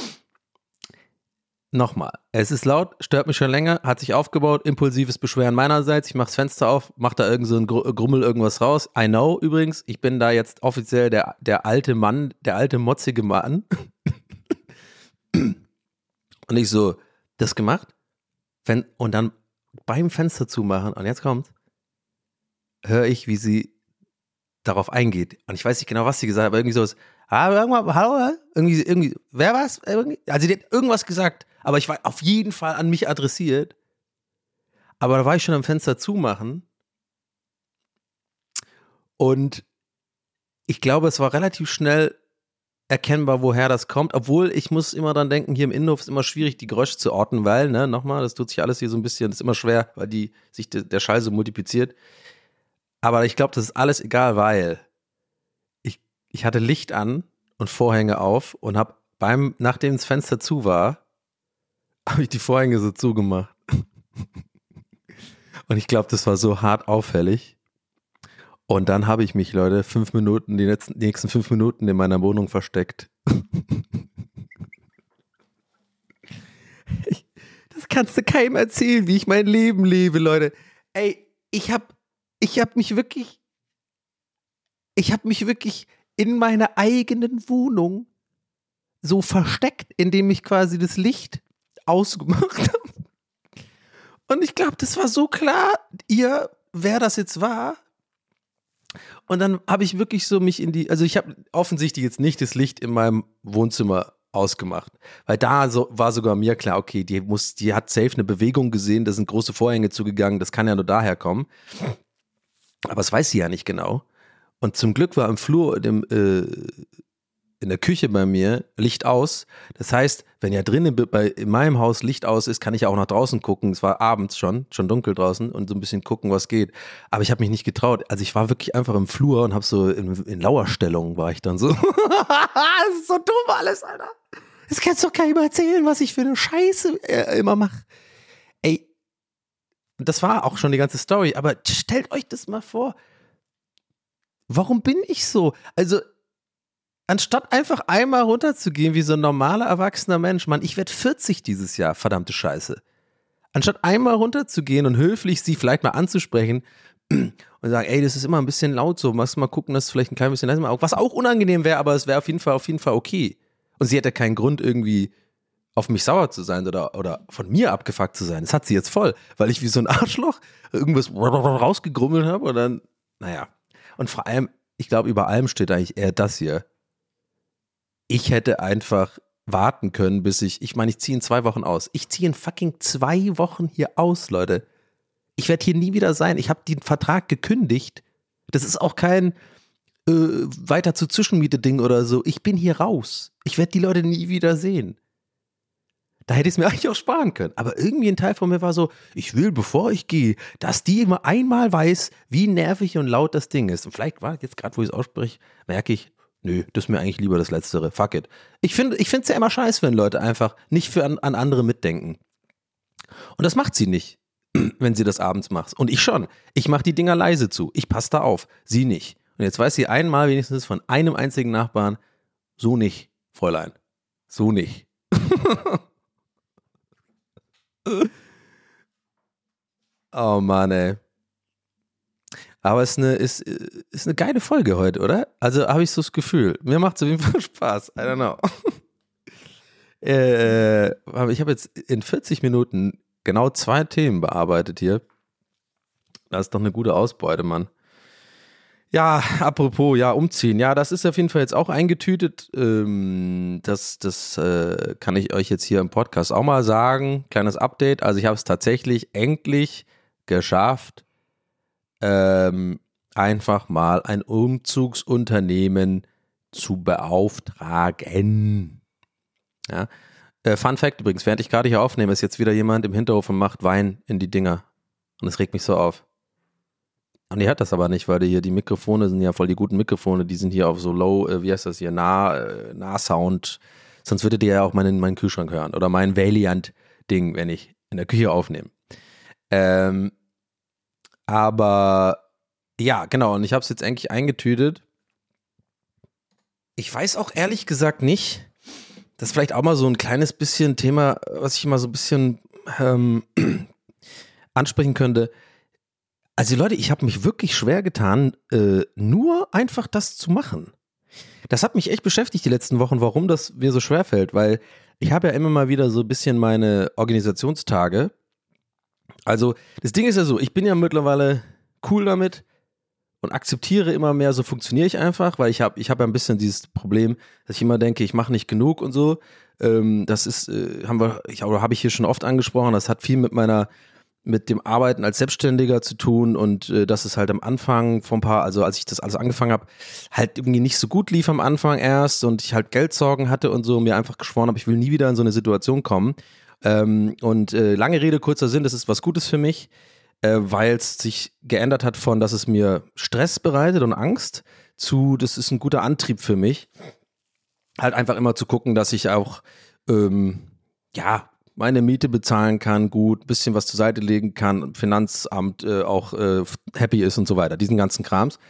Nochmal, es ist laut, stört mich schon länger, hat sich aufgebaut, impulsives Beschweren meinerseits, ich mache das Fenster auf, mache da irgend so ein Grummel irgendwas raus. I know übrigens, ich bin da jetzt offiziell der, der alte Mann, der alte motzige Mann. Und ich so, das gemacht? Und dann beim Fenster zumachen, und jetzt kommt, höre ich, wie sie darauf eingeht. Und ich weiß nicht genau, was sie gesagt hat, aber irgendwie so ist, hallo, irgendwie, irgendwie, wer war's? Also die hat irgendwas gesagt, aber ich war auf jeden Fall an mich adressiert. Aber da war ich schon am Fenster zumachen. Und ich glaube, es war relativ schnell erkennbar, woher das kommt, obwohl ich muss immer dran denken, hier im Innenhof ist immer schwierig, die Geräusche zu orten, weil, ne, nochmal, das tut sich alles hier so ein bisschen, das ist immer schwer, weil die, sich de, der Schall so multipliziert. Aber ich glaube, das ist alles egal, weil ich, ich hatte Licht an und Vorhänge auf und habe beim, nachdem das Fenster zu war, habe ich die Vorhänge so zugemacht. Und ich glaube, das war so hart auffällig. Und dann habe ich mich, Leute, fünf Minuten, die letzten, die nächsten fünf Minuten in meiner Wohnung versteckt. ich, das kannst du keinem erzählen, wie ich mein Leben lebe, Leute. Ey, ich habe ich hab mich wirklich, ich habe mich wirklich in meiner eigenen Wohnung so versteckt, indem ich quasi das Licht ausgemacht habe. Und ich glaube, das war so klar, ihr, wer das jetzt war. Und dann habe ich wirklich so mich in die, also ich habe offensichtlich jetzt nicht das Licht in meinem Wohnzimmer ausgemacht, weil da so, war sogar mir klar, okay, die muss, die hat safe eine Bewegung gesehen, da sind große Vorhänge zugegangen, das kann ja nur daher kommen. Aber das weiß sie ja nicht genau. Und zum Glück war im Flur, dem, äh, in der Küche bei mir Licht aus. Das heißt, wenn ja drinnen bei, in meinem Haus Licht aus ist, kann ich ja auch nach draußen gucken. Es war abends schon, schon dunkel draußen und so ein bisschen gucken, was geht. Aber ich habe mich nicht getraut. Also ich war wirklich einfach im Flur und habe so in, in Lauerstellung war ich dann so. Das ist so dumm alles, Alter. Das kannst doch keinem erzählen, was ich für eine Scheiße äh, immer mache. Ey, das war auch schon die ganze Story. Aber stellt euch das mal vor. Warum bin ich so? Also, anstatt einfach einmal runterzugehen wie so ein normaler, erwachsener Mensch, Mann, ich werde vierzig dieses Jahr, verdammte Scheiße. Anstatt einmal runterzugehen und höflich sie vielleicht mal anzusprechen und sagen, ey, das ist immer ein bisschen laut so, machst mal gucken, dass es vielleicht ein klein bisschen leiser macht, was auch unangenehm wäre, aber es wäre auf jeden Fall, auf jeden Fall okay. Und sie hätte keinen Grund, irgendwie auf mich sauer zu sein oder, oder von mir abgefuckt zu sein. Das hat sie jetzt voll, weil ich wie so ein Arschloch irgendwas rausgegrummelt habe und dann, naja. Und vor allem, ich glaube, über allem steht eigentlich eher das hier. Ich hätte einfach warten können, bis ich, ich meine, ich ziehe in zwei Wochen aus. Ich ziehe in fucking zwei Wochen hier aus, Leute. Ich werde hier nie wieder sein. Ich habe den Vertrag gekündigt. Das ist auch kein äh, weiter zu Zwischenmiete-Ding oder so. Ich bin hier raus. Ich werde die Leute nie wieder sehen. Da hätte ich es mir eigentlich auch sparen können. Aber irgendwie ein Teil von mir war so, ich will, bevor ich gehe, dass die immer einmal weiß, wie nervig und laut das Ding ist. Und vielleicht war jetzt gerade, wo ich es ausspreche, merke ich, nö, das ist mir eigentlich lieber das Letztere. Fuck it. Ich finde ich finde es ja immer scheiße, wenn Leute einfach nicht für an, an andere mitdenken. Und das macht sie nicht, wenn sie das abends macht. Und ich schon. Ich mache die Dinger leise zu. Ich passe da auf. Sie nicht. Und jetzt weiß sie einmal wenigstens von einem einzigen Nachbarn, so nicht, Fräulein. So nicht. Oh Mann, ey. Aber es ist eine, ist, ist eine geile Folge heute, oder? Also habe ich so das Gefühl. Mir macht es auf jeden Fall Spaß. I don't know. äh, ich habe jetzt in vierzig Minuten genau zwei Themen bearbeitet hier. Das ist doch eine gute Ausbeute, Mann. Ja, apropos, ja, umziehen. Ja, das ist auf jeden Fall jetzt auch eingetütet. Ähm, das das äh, kann ich euch jetzt hier im Podcast auch mal sagen. Kleines Update. Also ich habe es tatsächlich endlich geschafft, ähm, einfach mal ein Umzugsunternehmen zu beauftragen. Ja. Äh, Fun Fact übrigens, während ich gerade hier aufnehme, ist jetzt wieder jemand im Hinterhof und macht Wein in die Dinger. Und es regt mich so auf. Und die hat das aber nicht, weil die hier die Mikrofone sind ja voll die guten Mikrofone, die sind hier auf so low, äh, wie heißt das hier, nah, äh, Nahsound. Sonst würdet ihr ja auch meinen, meinen Kühlschrank hören oder mein Valiant-Ding, wenn ich in der Küche aufnehme. Ähm, aber ja, genau, und ich habe es jetzt eigentlich eingetütet. Ich weiß auch ehrlich gesagt nicht, das ist vielleicht auch mal so ein kleines bisschen Thema, was ich mal so ein bisschen ähm, ansprechen könnte. Also Leute, ich habe mich wirklich schwer getan, äh, nur einfach das zu machen. Das hat mich echt beschäftigt die letzten Wochen, warum das mir so schwer fällt, weil ich habe ja immer mal wieder so ein bisschen meine Organisationstage. Also das Ding ist ja so, ich bin ja mittlerweile cool damit und akzeptiere immer mehr, so funktioniere ich einfach, weil ich habe ich hab ja ein bisschen dieses Problem, dass ich immer denke, ich mache nicht genug und so. Ähm, das ist, äh, haben wir, ich, oder habe ich hier schon oft angesprochen, das hat viel mit meiner mit dem Arbeiten als Selbstständiger zu tun und äh, das ist halt am Anfang von ein paar, also als ich das alles angefangen habe, halt irgendwie nicht so gut lief am Anfang erst und ich halt Geldsorgen hatte und so, mir einfach geschworen habe, ich will nie wieder in so eine Situation kommen. Ähm, und äh, lange Rede, kurzer Sinn, das ist was Gutes für mich, äh, weil es sich geändert hat von, dass es mir Stress bereitet und Angst, zu, das ist ein guter Antrieb für mich, halt einfach immer zu gucken, dass ich auch, ähm, ja, meine Miete bezahlen kann, gut, ein bisschen was zur Seite legen kann, Finanzamt äh, auch äh, happy ist und so weiter, diesen ganzen Krams.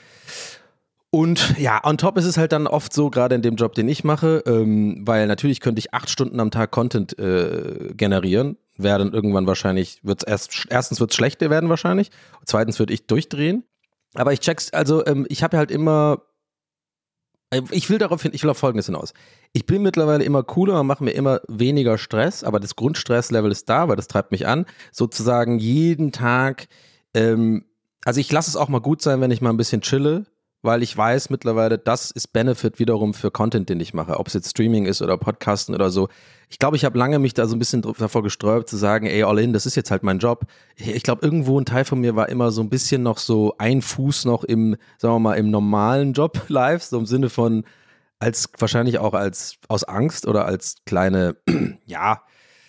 Und ja, on top ist es halt dann oft so, gerade in dem Job, den ich mache, ähm, weil natürlich könnte ich acht Stunden am Tag Content äh, generieren, wäre dann irgendwann wahrscheinlich, wird's erst, erstens wird es schlechter werden wahrscheinlich, zweitens würde ich durchdrehen. Aber ich check's, also ähm, ich habe halt immer, ich will darauf hin, ich will auf Folgendes hinaus. Ich bin mittlerweile immer cooler und mache mir immer weniger Stress, aber das Grundstresslevel ist da, weil das treibt mich an, sozusagen jeden Tag, ähm, also ich lasse es auch mal gut sein, wenn ich mal ein bisschen chille, weil ich weiß mittlerweile, das ist Benefit wiederum für Content, den ich mache, ob es jetzt Streaming ist oder Podcasten oder so. Ich glaube, ich habe lange mich da so ein bisschen davor gesträubt zu sagen, ey, all in, das ist jetzt halt mein Job. Ich glaube, irgendwo ein Teil von mir war immer so ein bisschen noch so ein Fuß noch im, sagen wir mal, im normalen Job live, so im Sinne von, als wahrscheinlich auch als aus Angst oder als kleine, ja,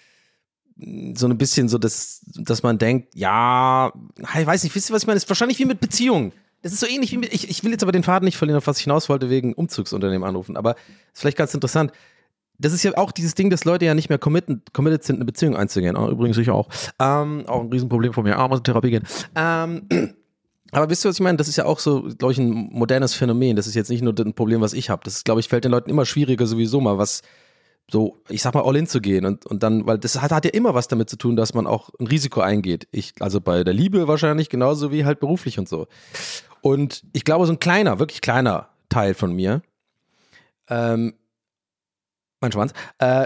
so ein bisschen so, dass, dass man denkt, ja, ich weiß nicht, wisst ihr, was ich meine? Das ist wahrscheinlich wie mit Beziehungen. Das ist so ähnlich wie mit, ich, ich will jetzt aber den Faden nicht verlieren, auf was ich hinaus wollte, wegen Umzugsunternehmen anrufen, aber ist vielleicht ganz interessant. Das ist ja auch dieses Ding, dass Leute ja nicht mehr committed, committed sind, eine Beziehung einzugehen. Oh, übrigens ich auch. Ähm, auch ein Riesenproblem von mir. Ah, muss in Therapie gehen. Ähm, aber wisst ihr, was ich meine? Das ist ja auch so, glaube ich, ein modernes Phänomen. Das ist jetzt nicht nur ein Problem, was ich habe. Das, glaube ich, fällt den Leuten immer schwieriger sowieso mal was, so, ich sag mal, all in zu gehen. Und, und dann, weil das hat, hat ja immer was damit zu tun, dass man auch ein Risiko eingeht. Ich, also bei der Liebe wahrscheinlich genauso wie halt beruflich und so. Und ich glaube, so ein kleiner, wirklich kleiner Teil von mir, ähm, mein Schwanz, äh,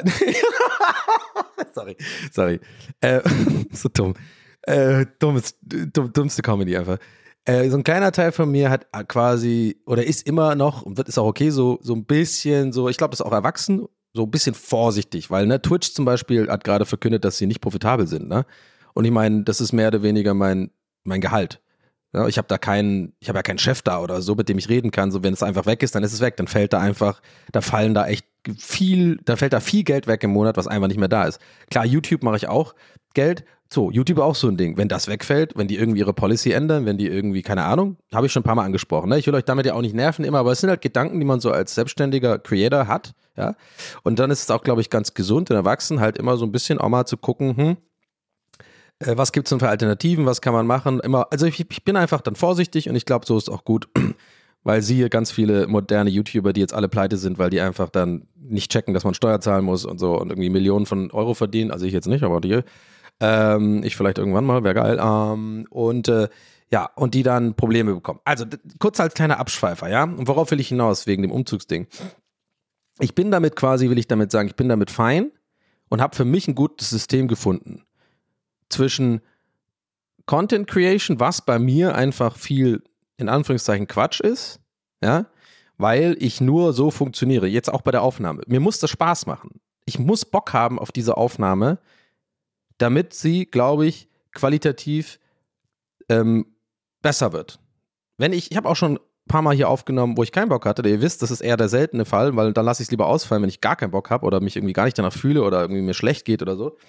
sorry, sorry, äh, so dumm, äh, dummes, dumm, dummste Comedy einfach. Äh, so ein kleiner Teil von mir hat quasi, oder ist immer noch, und wird ist auch okay, so, so ein bisschen, so, ich glaube, das ist auch erwachsen, so ein bisschen vorsichtig, weil, ne, Twitch zum Beispiel hat gerade verkündet, dass sie nicht profitabel sind, ne, und ich meine, das ist mehr oder weniger mein, mein Gehalt. Ja, ich habe da keinen, ich habe ja keinen Chef da oder so, mit dem ich reden kann. So, wenn es einfach weg ist, dann ist es weg. Dann fällt da einfach, da fallen da echt viel, da fällt da viel Geld weg im Monat, was einfach nicht mehr da ist. Klar, YouTube mache ich auch Geld. So, YouTube auch so ein Ding. Wenn das wegfällt, wenn die irgendwie ihre Policy ändern, wenn die irgendwie, keine Ahnung, habe ich schon ein paar Mal angesprochen. Ne? Ich will euch damit ja auch nicht nerven immer, aber es sind halt Gedanken, die man so als selbstständiger Creator hat. Ja, und dann ist es auch, glaube ich, ganz gesund und erwachsen, halt immer so ein bisschen auch mal zu gucken, hm, was gibt es denn für Alternativen, was kann man machen? Immer, also ich, ich bin einfach dann vorsichtig und ich glaube, so ist auch gut, weil siehe ganz viele moderne YouTuber, die jetzt alle pleite sind, weil die einfach dann nicht checken, dass man Steuer zahlen muss und so und irgendwie Millionen von Euro verdienen, also ich jetzt nicht, aber die, ähm, ich vielleicht irgendwann mal, wäre geil, ähm, und äh, ja, und die dann Probleme bekommen. Also d- kurz als kleiner Abschweifer, ja, und worauf will ich hinaus, wegen dem Umzugsding? Ich bin damit quasi, will ich damit sagen, ich bin damit fein und habe für mich ein gutes System gefunden. Zwischen Content Creation, was bei mir einfach viel, in Anführungszeichen, Quatsch ist, ja, weil ich nur so funktioniere, jetzt auch bei der Aufnahme. Mir muss das Spaß machen. Ich muss Bock haben auf diese Aufnahme, damit sie, glaube ich, qualitativ ähm, besser wird. Wenn ich, ich habe auch schon ein paar Mal hier aufgenommen, wo ich keinen Bock hatte, ihr wisst, das ist eher der seltene Fall, weil dann lasse ich es lieber ausfallen, wenn ich gar keinen Bock habe oder mich irgendwie gar nicht danach fühle oder irgendwie mir schlecht geht oder so.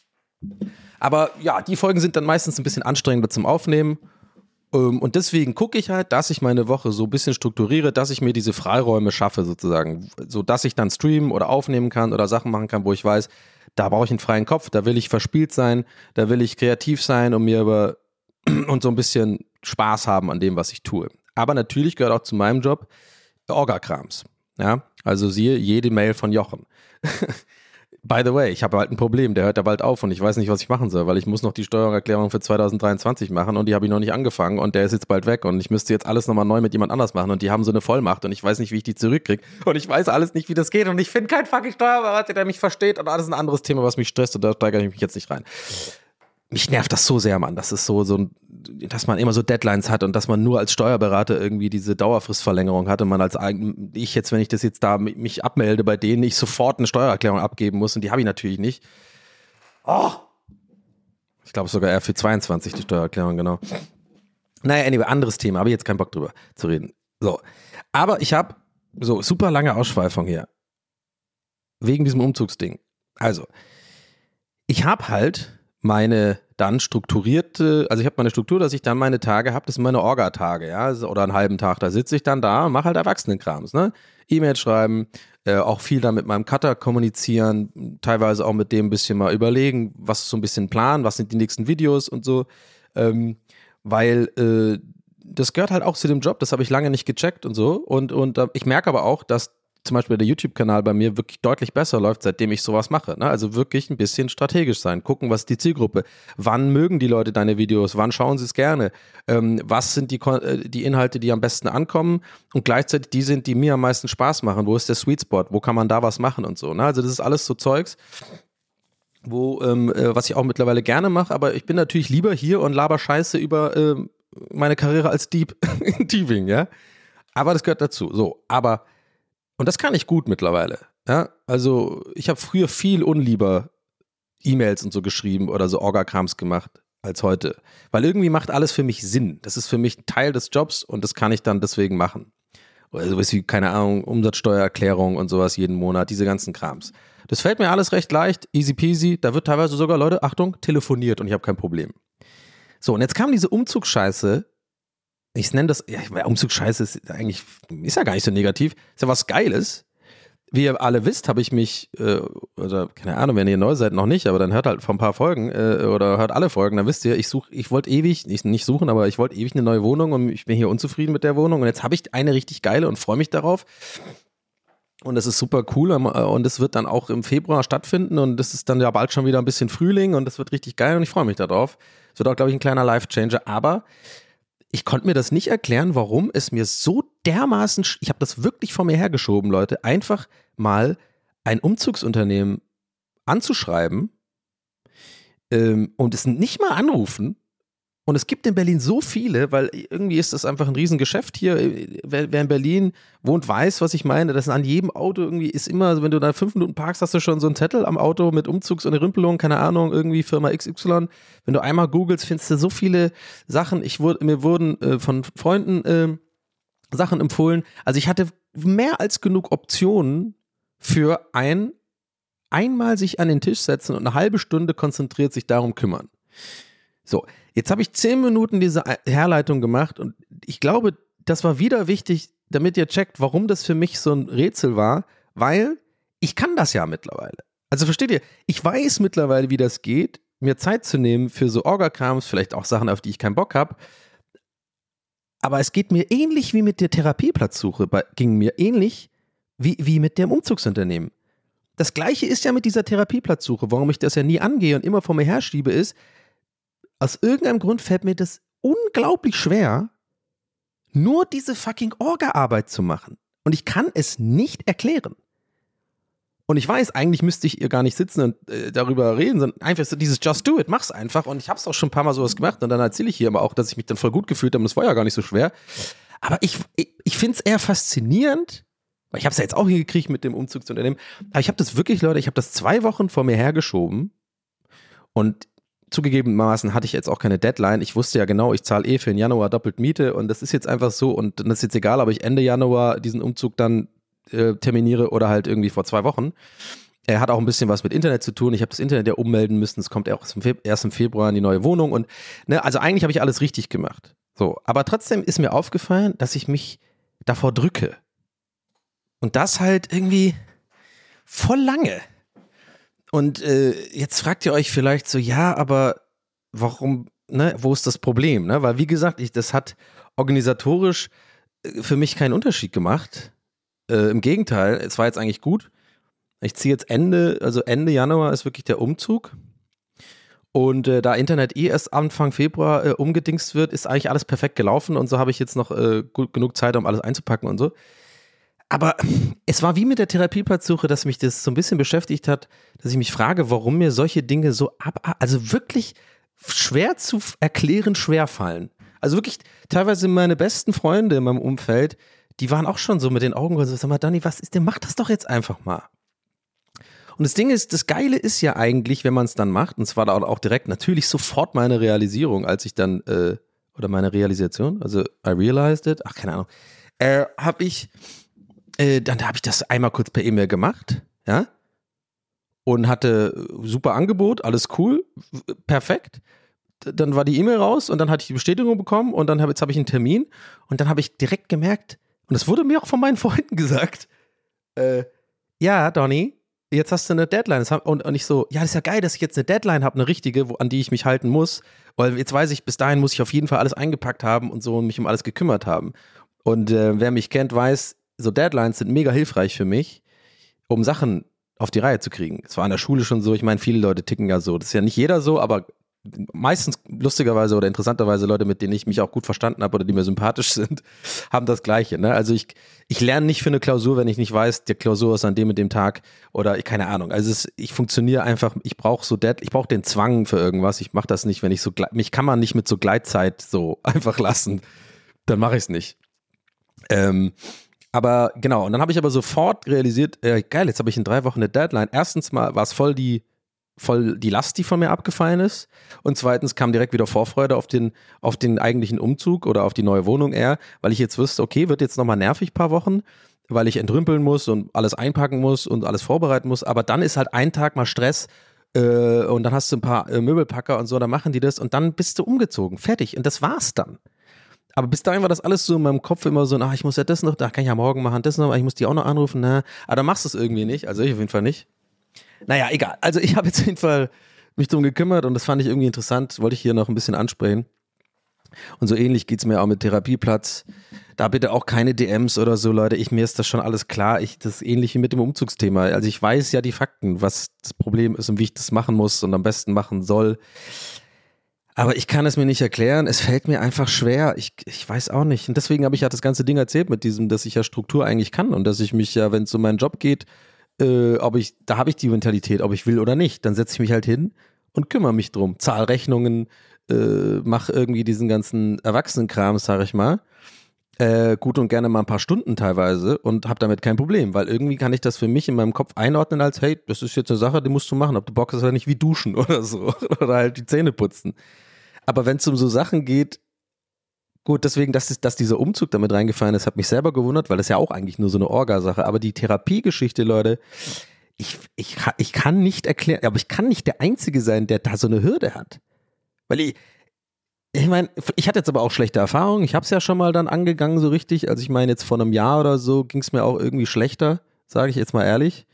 Aber ja, die Folgen sind dann meistens ein bisschen anstrengender zum Aufnehmen und deswegen gucke ich halt, dass ich meine Woche so ein bisschen strukturiere, dass ich mir diese Freiräume schaffe sozusagen, so dass ich dann streamen oder aufnehmen kann oder Sachen machen kann, wo ich weiß, da brauche ich einen freien Kopf, da will ich verspielt sein, da will ich kreativ sein und mir über und so ein bisschen Spaß haben an dem, was ich tue. Aber natürlich gehört auch zu meinem Job Orga-Krams, ja, also siehe jede Mail von Jochen. By the way, ich habe halt ein Problem, der hört ja bald auf und ich weiß nicht, was ich machen soll, weil ich muss noch die Steuererklärung für zwanzig dreiundzwanzig machen und die habe ich noch nicht angefangen und der ist jetzt bald weg und ich müsste jetzt alles nochmal neu mit jemand anders machen und die haben so eine Vollmacht und ich weiß nicht, wie ich die zurückkriege und ich weiß alles nicht, wie das geht und ich finde keinen fucking Steuerberater, der mich versteht und alles ein anderes Thema, was mich stresst und da steigere ich mich jetzt nicht rein. Mich nervt das so sehr, Mann, das ist so, so, dass man immer so Deadlines hat und dass man nur als Steuerberater irgendwie diese Dauerfristverlängerung hat und man als ich jetzt, wenn ich das jetzt da mich abmelde bei denen, ich sofort eine Steuererklärung abgeben muss und die habe ich natürlich nicht. Oh. Ich glaube sogar eher für zweiundzwanzig die Steuererklärung, genau. Naja, anyway, anderes Thema, habe ich jetzt keinen Bock drüber zu reden. So, aber ich habe so super lange Ausschweifung hier. Wegen diesem Umzugsding. Also, ich habe halt meine dann strukturierte, also ich habe meine Struktur, dass ich dann meine Tage habe, das sind meine Orga-Tage, ja, oder einen halben Tag, da sitze ich dann da und mache halt Erwachsenenkrams, ne, E-Mail schreiben, Äh, auch viel dann mit meinem Cutter kommunizieren, teilweise auch mit dem ein bisschen mal überlegen, was ist so ein bisschen Plan, was sind die nächsten Videos und so. Ähm, weil äh, das gehört halt auch zu dem Job, das habe ich lange nicht gecheckt und so. Und, und äh, ich merke aber auch, dass zum Beispiel der YouTube-Kanal bei mir wirklich deutlich besser läuft, seitdem ich sowas mache. Ne? Also wirklich ein bisschen strategisch sein, gucken, was ist die Zielgruppe, wann mögen die Leute deine Videos, wann schauen sie es gerne, ähm, was sind die, äh, die Inhalte, die am besten ankommen und gleichzeitig die sind, die mir am meisten Spaß machen, wo ist der Sweet Spot, wo kann man da was machen und so. Ne? Also das ist alles so Zeugs, wo, ähm, äh, was ich auch mittlerweile gerne mache, aber ich bin natürlich lieber hier und laber Scheiße über ähm, meine Karriere als Dieb in Diebing, ja. Aber das gehört dazu. So, aber und das kann ich gut mittlerweile. Ja, also ich habe früher viel unlieber E-Mails und so geschrieben oder so Orga-Krams gemacht als heute. Weil irgendwie macht alles für mich Sinn. Das ist für mich Teil des Jobs und das kann ich dann deswegen machen. Oder sowas wie, keine Ahnung, Umsatzsteuererklärung und sowas jeden Monat, diese ganzen Krams. Das fällt mir alles recht leicht, easy peasy. Da wird teilweise sogar, Leute, Achtung, telefoniert und ich habe kein Problem. So, und jetzt kam diese Umzugsscheiße. Ich nenne das, ja, Umzugsscheiße ist eigentlich, ist ja gar nicht so negativ, ist ja was Geiles. Wie ihr alle wisst, habe ich mich, äh, oder keine Ahnung, wenn ihr neu seid, noch nicht, aber dann hört halt vor ein paar Folgen äh, oder hört alle Folgen, dann wisst ihr, ich suche, ich wollte ewig, nicht, nicht suchen, aber ich wollte ewig eine neue Wohnung und ich bin hier unzufrieden mit der Wohnung und jetzt habe ich eine richtig geile und freue mich darauf. Und das ist super cool und das wird dann auch im Februar stattfinden und das ist dann ja bald schon wieder ein bisschen Frühling und das wird richtig geil und ich freue mich darauf. Es wird auch, glaube ich, ein kleiner Life-Changer, aber ich konnte mir das nicht erklären, warum es mir so dermaßen, ich habe das wirklich vor mir hergeschoben, Leute, einfach mal ein Umzugsunternehmen anzuschreiben ähm, und es nicht mal anrufen. Und es gibt in Berlin so viele, weil irgendwie ist das einfach ein Riesengeschäft hier. Wer, wer in Berlin wohnt, weiß, was ich meine. Das ist an jedem Auto irgendwie, ist immer, wenn du da fünf Minuten parkst, hast du schon so einen Zettel am Auto mit Umzugs- und Rümpelung, keine Ahnung, irgendwie Firma X Y. Wenn du einmal googelst, findest du so viele Sachen. Ich wurde, mir wurden äh, von Freunden äh, Sachen empfohlen. Also ich hatte mehr als genug Optionen für ein einmal sich an den Tisch setzen und eine halbe Stunde konzentriert sich darum kümmern. So, jetzt habe ich zehn Minuten diese Herleitung gemacht und ich glaube, das war wieder wichtig, damit ihr checkt, warum das für mich so ein Rätsel war, weil ich kann das ja mittlerweile. Also versteht ihr, ich weiß mittlerweile, wie das geht, mir Zeit zu nehmen für so Orga-Krams, vielleicht auch Sachen, auf die ich keinen Bock habe, aber es geht mir ähnlich wie mit der Therapieplatzsuche, ging mir ähnlich wie, wie mit dem Umzugsunternehmen. Das Gleiche ist ja mit dieser Therapieplatzsuche, warum ich das ja nie angehe und immer vor mir herschiebe, ist, aus irgendeinem Grund fällt mir das unglaublich schwer, nur diese fucking Orga-Arbeit zu machen. Und ich kann es nicht erklären. Und ich weiß, eigentlich müsste ich ihr gar nicht sitzen und äh, darüber reden, sondern einfach so dieses Just do it, mach's einfach. Und ich habe es auch schon ein paar Mal sowas gemacht und dann erzähle ich hier aber auch, dass ich mich dann voll gut gefühlt habe und das war ja gar nicht so schwer. Aber ich, ich, ich finde es eher faszinierend, weil ich habe es ja jetzt auch hingekriegt mit dem Umzugsunternehmen, aber ich habe das wirklich, Leute, ich habe das zwei Wochen vor mir hergeschoben und zugegebenermaßen hatte ich jetzt auch keine Deadline. Ich wusste ja genau, ich zahle eh für den Januar doppelt Miete und das ist jetzt einfach so und das ist jetzt egal, ob ich Ende Januar diesen Umzug dann äh, terminiere oder halt irgendwie vor zwei Wochen. Er hat auch ein bisschen was mit Internet zu tun. Ich habe das Internet ja ummelden müssen. Es kommt ja auch erst im Februar in die neue Wohnung und ne, also eigentlich habe ich alles richtig gemacht. So, aber trotzdem ist mir aufgefallen, dass ich mich davor drücke. Und das halt irgendwie voll lange. Und äh, jetzt fragt ihr euch vielleicht so, ja, aber warum, ne, wo ist das Problem? Ne? Weil wie gesagt, ich, das hat organisatorisch äh, für mich keinen Unterschied gemacht. Äh, Im Gegenteil, es war jetzt eigentlich gut. Ich ziehe jetzt Ende, also Ende Januar ist wirklich der Umzug. Und äh, da Internet eh erst Anfang Februar äh, umgedingst wird, ist eigentlich alles perfekt gelaufen und so habe ich jetzt noch äh, gut genug Zeit, um alles einzupacken und so. Aber es war wie mit der Therapieplatzsuche, dass mich das so ein bisschen beschäftigt hat, dass ich mich frage, warum mir solche Dinge so ab, also wirklich schwer zu erklären schwerfallen. Also wirklich teilweise meine besten Freunde in meinem Umfeld, die waren auch schon so mit den Augen, so, sag mal, Dani, was ist denn, mach das doch jetzt einfach mal. Und das Ding ist, das Geile ist ja eigentlich, wenn man es dann macht, und zwar da auch direkt natürlich sofort meine Realisierung, als ich dann, äh, oder meine Realisation, also I realized it, ach keine Ahnung, äh, habe ich Äh, dann habe ich das einmal kurz per E-Mail gemacht, ja, und hatte super Angebot, alles cool, perfekt. Dann war die E-Mail raus und dann hatte ich die Bestätigung bekommen und dann habe jetzt habe ich einen Termin und dann habe ich direkt gemerkt, und das wurde mir auch von meinen Freunden gesagt, äh, ja, Donny, jetzt hast du eine Deadline. Und, und ich so, ja, das ist ja geil, dass ich jetzt eine Deadline habe, eine richtige, wo, an die ich mich halten muss. Weil jetzt weiß ich, bis dahin muss ich auf jeden Fall alles eingepackt haben und so und mich um alles gekümmert haben. Und äh, wer mich kennt, weiß, so Deadlines sind mega hilfreich für mich, um Sachen auf die Reihe zu kriegen. Es war in der Schule schon so, ich meine, viele Leute ticken ja so. Das ist ja nicht jeder so, aber meistens lustigerweise oder interessanterweise Leute, mit denen ich mich auch gut verstanden habe oder die mir sympathisch sind, haben das Gleiche. Ne? Also ich, ich lerne nicht für eine Klausur, wenn ich nicht weiß, die Klausur ist an dem und dem Tag oder ich, keine Ahnung. Also es, ich funktioniere einfach, ich brauche so Dead, ich brauche den Zwang für irgendwas. Ich mache das nicht, wenn ich so, mich kann man nicht mit so Gleitzeit so einfach lassen. Dann mache ich es nicht. Ähm, aber genau, und dann habe ich aber sofort realisiert, äh, geil, jetzt habe ich in drei Wochen eine Deadline. Erstens mal war es voll die voll die Last, die von mir abgefallen ist. Und zweitens kam direkt wieder Vorfreude auf den, auf den eigentlichen Umzug oder auf die neue Wohnung eher, weil ich jetzt wusste, okay, wird jetzt nochmal nervig ein paar Wochen, weil ich entrümpeln muss und alles einpacken muss und alles vorbereiten muss. Aber dann ist halt ein Tag mal Stress äh, und dann hast du ein paar äh, Möbelpacker und so, dann machen die das und dann bist du umgezogen. Fertig. Und das war's dann. Aber bis dahin war das alles so in meinem Kopf immer so, ach, ich muss ja das noch, da kann ich ja morgen machen, das noch, ich muss die auch noch anrufen, na. Aber dann machst du es irgendwie nicht, also ich auf jeden Fall nicht. Naja, egal. Also ich habe jetzt auf jeden Fall mich drum gekümmert und das fand ich irgendwie interessant, wollte ich hier noch ein bisschen ansprechen. Und so ähnlich geht es mir auch mit Therapieplatz. Da bitte auch keine D Ms oder so, Leute. Ich, mir ist das schon alles klar. Ich, das ist ähnlich wie mit dem Umzugsthema. Also ich weiß ja die Fakten, was das Problem ist und wie ich das machen muss und am besten machen soll. Aber ich kann es mir nicht erklären. Es fällt mir einfach schwer. Ich, ich weiß auch nicht. Und deswegen habe ich ja das ganze Ding erzählt mit diesem, dass ich ja Struktur eigentlich kann und dass ich mich ja, wenn es um meinen Job geht, Äh, ob ich, da habe ich die Mentalität, ob ich will oder nicht. Dann setze ich mich halt hin und kümmere mich drum. Zahl Rechnungen, äh, mach irgendwie diesen ganzen Erwachsenenkram, sag ich mal. Äh, gut und gerne mal ein paar Stunden teilweise und habe damit kein Problem, weil irgendwie kann ich das für mich in meinem Kopf einordnen als, hey, das ist jetzt eine Sache, die musst du machen, ob du Bock hast oder nicht, wie duschen oder so. Oder halt die Zähne putzen. Aber wenn es um so Sachen geht, gut, deswegen, dass, dass dieser Umzug damit reingefallen ist, hat mich selber gewundert, weil das ja auch eigentlich nur so eine Orga-Sache, aber die Therapiegeschichte, Leute, ich, ich, ich kann nicht erklären, aber ich kann nicht der Einzige sein, der da so eine Hürde hat. Weil ich, ich meine, ich hatte jetzt aber auch schlechte Erfahrungen, ich habe es ja schon mal dann angegangen so richtig, also ich meine jetzt vor einem Jahr oder so ging es mir auch irgendwie schlechter, sage ich jetzt mal ehrlich.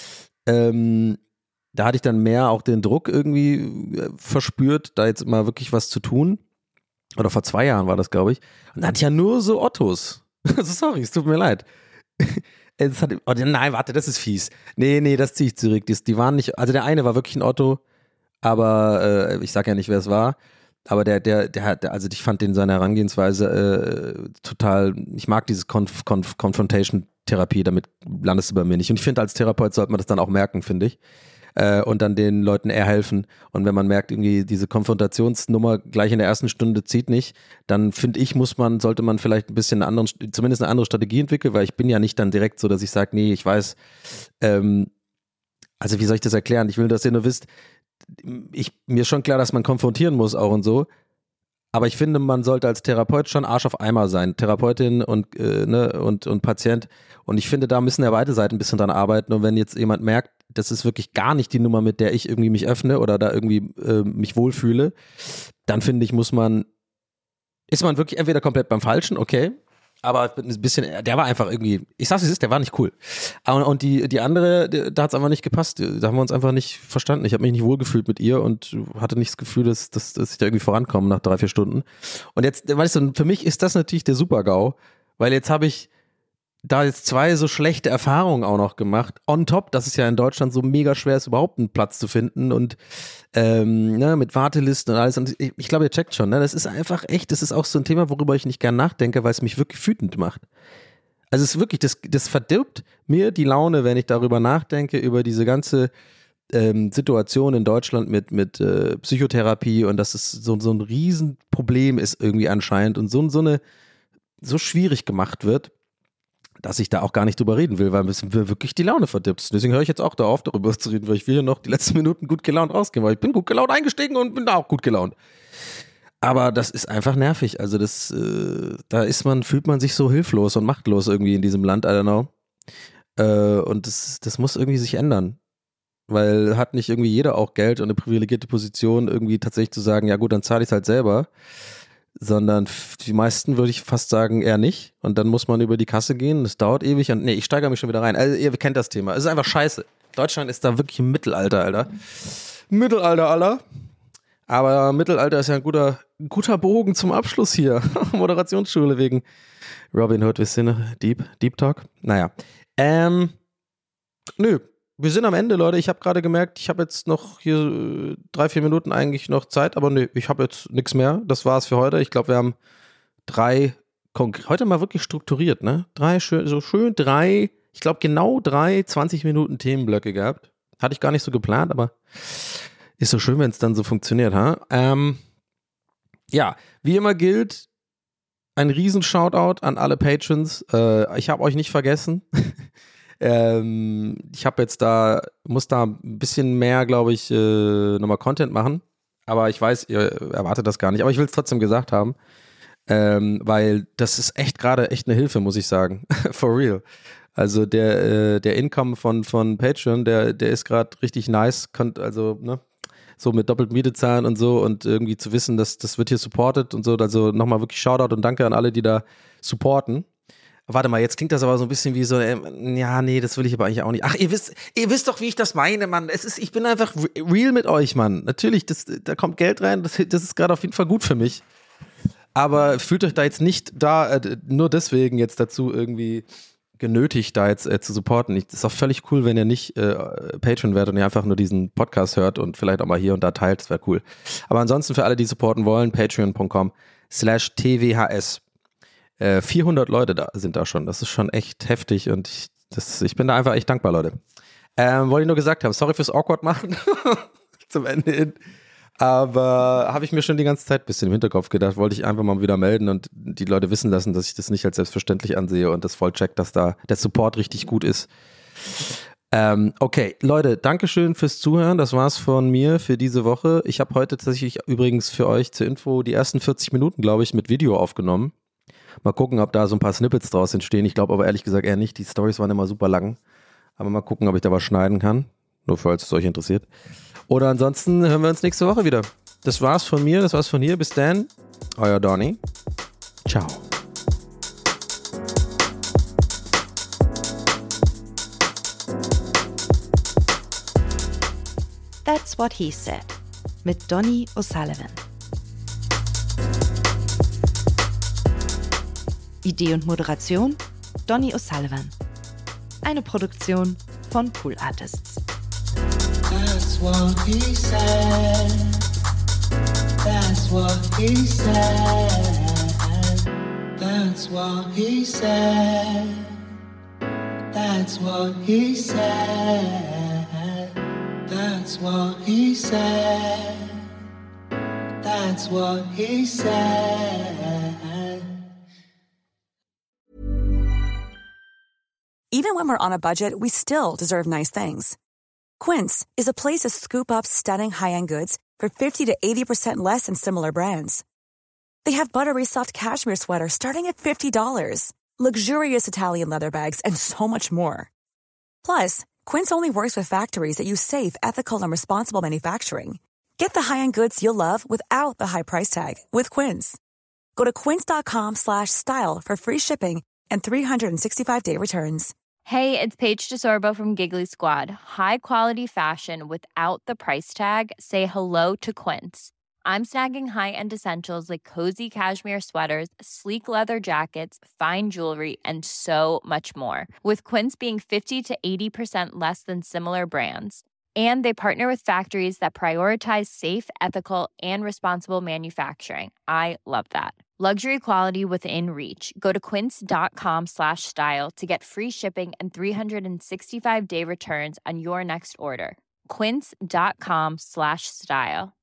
Ähm, da hatte ich dann mehr auch den Druck irgendwie verspürt, da jetzt mal wirklich was zu tun. Oder vor zwei Jahren war das, glaube ich. Und da hatte ich ja nur so Ottos. Also sorry, es tut mir leid. Es hat, oh, nein, warte, das ist fies. Nee, nee, das ziehe ich zurück. Die, die waren nicht, also der eine war wirklich ein Otto, aber äh, ich sag ja nicht, wer es war. Aber der, der, der hat, also ich fand den seine Herangehensweise äh, total, ich mag dieses Conf, Conf, Confrontation-Therapie, damit landest du bei mir nicht. Und ich finde, als Therapeut sollte man das dann auch merken, finde ich. Äh, und dann den Leuten eher helfen. Und wenn man merkt, irgendwie diese Konfrontationsnummer gleich in der ersten Stunde zieht nicht, dann finde ich, muss man, sollte man vielleicht ein bisschen eine andere, zumindest eine andere Strategie entwickeln, weil ich bin ja nicht dann direkt so, dass ich sage, nee, ich weiß, ähm, also wie soll ich das erklären? Ich will, dass ihr nur wisst, ich, mir ist schon klar, dass man konfrontieren muss auch und so, aber ich finde, man sollte als Therapeut schon Arsch auf Eimer sein, Therapeutin und, äh, ne, und, und Patient, und ich finde, da müssen ja beide Seiten ein bisschen dran arbeiten, und wenn jetzt jemand merkt, das ist wirklich gar nicht die Nummer, mit der ich irgendwie mich öffne oder da irgendwie äh, mich wohlfühle, dann finde ich, muss man, ist man wirklich entweder komplett beim Falschen, okay, aber ein bisschen, der war einfach irgendwie, ich sag's wie es ist, der war nicht cool. Und, und die, die andere, da hat's einfach nicht gepasst, da haben wir uns einfach nicht verstanden. Ich habe mich nicht wohlgefühlt mit ihr und hatte nicht das Gefühl, dass, dass, dass ich da irgendwie vorankomme nach drei, vier Stunden. Und jetzt, weißt du, für mich ist das natürlich der Super-GAU, weil jetzt habe ich da jetzt zwei so schlechte Erfahrungen auch noch gemacht. On top, dass es ja in Deutschland so mega schwer ist, überhaupt einen Platz zu finden und ähm, ne, mit Wartelisten und alles. Und ich, ich glaube, ihr checkt schon, ne? Das ist einfach echt, das ist auch so ein Thema, worüber ich nicht gern nachdenke, weil es mich wirklich wütend macht. Also es ist wirklich, das, das verdirbt mir die Laune, wenn ich darüber nachdenke, über diese ganze ähm, Situation in Deutschland mit, mit äh, Psychotherapie und dass es so, so ein Riesenproblem ist irgendwie anscheinend und so, so eine, so schwierig gemacht wird, dass ich da auch gar nicht drüber reden will, weil es mir wirklich die Laune verdirbt. Deswegen höre ich jetzt auch da auf, darüber zu reden, weil ich will ja noch die letzten Minuten gut gelaunt rausgehen, weil ich bin gut gelaunt eingestiegen und bin da auch gut gelaunt. Aber das ist einfach nervig. Also das, äh, da ist man, fühlt man sich so hilflos und machtlos irgendwie in diesem Land, I don't know. Äh, und das, das muss irgendwie sich ändern. Weil hat nicht irgendwie jeder auch Geld und eine privilegierte Position, irgendwie tatsächlich zu sagen, ja gut, dann zahle ich es halt selber. sondern die meisten würde ich fast sagen eher nicht. Und dann muss man über die Kasse gehen, das dauert ewig. Und nee, ich steigere mich schon wieder rein. Also ihr kennt das Thema. Es ist einfach scheiße. Deutschland ist da wirklich im Mittelalter, Alter. Mittelalter, Alter. Aber Mittelalter ist ja ein guter, guter Bogen zum Abschluss hier. Moderationsschule wegen Robin Hood, wisst ihr noch? Deep, Deep Talk. Naja. Ähm, nö. Wir sind am Ende, Leute. Ich habe gerade gemerkt, ich habe jetzt noch hier äh, drei, vier Minuten eigentlich noch Zeit, aber nee, ich habe jetzt nichts mehr. Das war's für heute. Ich glaube, wir haben drei, heute mal wirklich strukturiert, ne? Drei, schön, so schön drei, ich glaube genau drei zwanzig Minuten Themenblöcke gehabt. Hatte ich gar nicht so geplant, aber ist so schön, wenn es dann so funktioniert, ha? Ähm, ja, wie immer gilt, ein riesen Shoutout an alle Patrons. Äh, ich habe euch nicht vergessen. Ähm, ich habe jetzt da, muss da ein bisschen mehr, glaube ich, äh, nochmal Content machen. Aber ich weiß, ihr erwartet das gar nicht. Aber ich will es trotzdem gesagt haben. Ähm, weil das ist echt gerade echt eine Hilfe, muss ich sagen. For real. Also der, äh, der Income von, von Patreon, der, der ist gerade richtig nice. Konnt, also, ne, so mit doppelten Miete zahlen und so und irgendwie zu wissen, dass das wird hier supported und so. Also nochmal wirklich Shoutout und danke an alle, die da supporten. Warte mal, jetzt klingt das aber so ein bisschen wie so, ähm, ja, nee, das will ich aber eigentlich auch nicht. Ach, ihr wisst, ihr wisst doch, wie ich das meine, Mann. Es ist, ich bin einfach real mit euch, Mann. Natürlich, das, da kommt Geld rein, das, das ist gerade auf jeden Fall gut für mich. Aber fühlt euch da jetzt nicht da, äh, nur deswegen jetzt dazu irgendwie genötigt, da jetzt äh, zu supporten. Ich, das ist auch völlig cool, wenn ihr nicht äh, Patreon werdet und ihr einfach nur diesen Podcast hört und vielleicht auch mal hier und da teilt, das wäre cool. Aber ansonsten für alle, die supporten wollen, patreon.com slash tvhs. vierhundert Leute da sind da schon. Das ist schon echt heftig und ich, das, ich bin da einfach echt dankbar, Leute. Ähm, wollte ich nur gesagt haben, sorry fürs Awkward machen zum Ende hin. Aber habe ich mir schon die ganze Zeit ein bisschen im Hinterkopf gedacht, wollte ich einfach mal wieder melden und die Leute wissen lassen, dass ich das nicht als selbstverständlich ansehe und das voll checkt, dass da der Support richtig gut ist. Ähm, okay, Leute, Dankeschön fürs Zuhören. Das war's von mir für diese Woche. Ich habe heute tatsächlich übrigens für euch zur Info die ersten vierzig Minuten, glaube ich, mit Video aufgenommen. Mal gucken, ob da so ein paar Snippets draus entstehen. Ich glaube aber ehrlich gesagt eher nicht. Die Storys waren immer super lang. Aber mal gucken, ob ich da was schneiden kann. Nur falls es euch interessiert. Oder ansonsten hören wir uns nächste Woche wieder. Das war's von mir, das war's von hier. Bis dann. Euer Donny. Ciao. That's What He Said mit Donny O'Sullivan. Idee und Moderation Donny O'Sullivan. Eine Produktion von Pool Artists. That's what he said. That's what he said. That's what he said. That's what he said. That's what he said. That's what he said. Even when we're on a budget, we still deserve nice things. Quince is a place to scoop up stunning high-end goods for fifty to eighty percent less than similar brands. They have buttery soft cashmere sweaters starting at fifty dollars, luxurious Italian leather bags, and so much more. Plus, Quince only works with factories that use safe, ethical, and responsible manufacturing. Get the high-end goods you'll love without the high price tag with Quince. Go to quince.com slash style for free shipping and three sixty-five day returns. Hey, it's Paige DeSorbo from Giggly Squad. High quality fashion without the price tag. Say hello to Quince. I'm snagging high-end essentials like cozy cashmere sweaters, sleek leather jackets, fine jewelry, and so much more. With Quince being fifty to eighty percent less than similar brands. And they partner with factories that prioritize safe, ethical, and responsible manufacturing. I love that. Luxury quality within reach. Go to quince.com slash style to get free shipping and three sixty-five day returns on your next order. Quince.com slash style.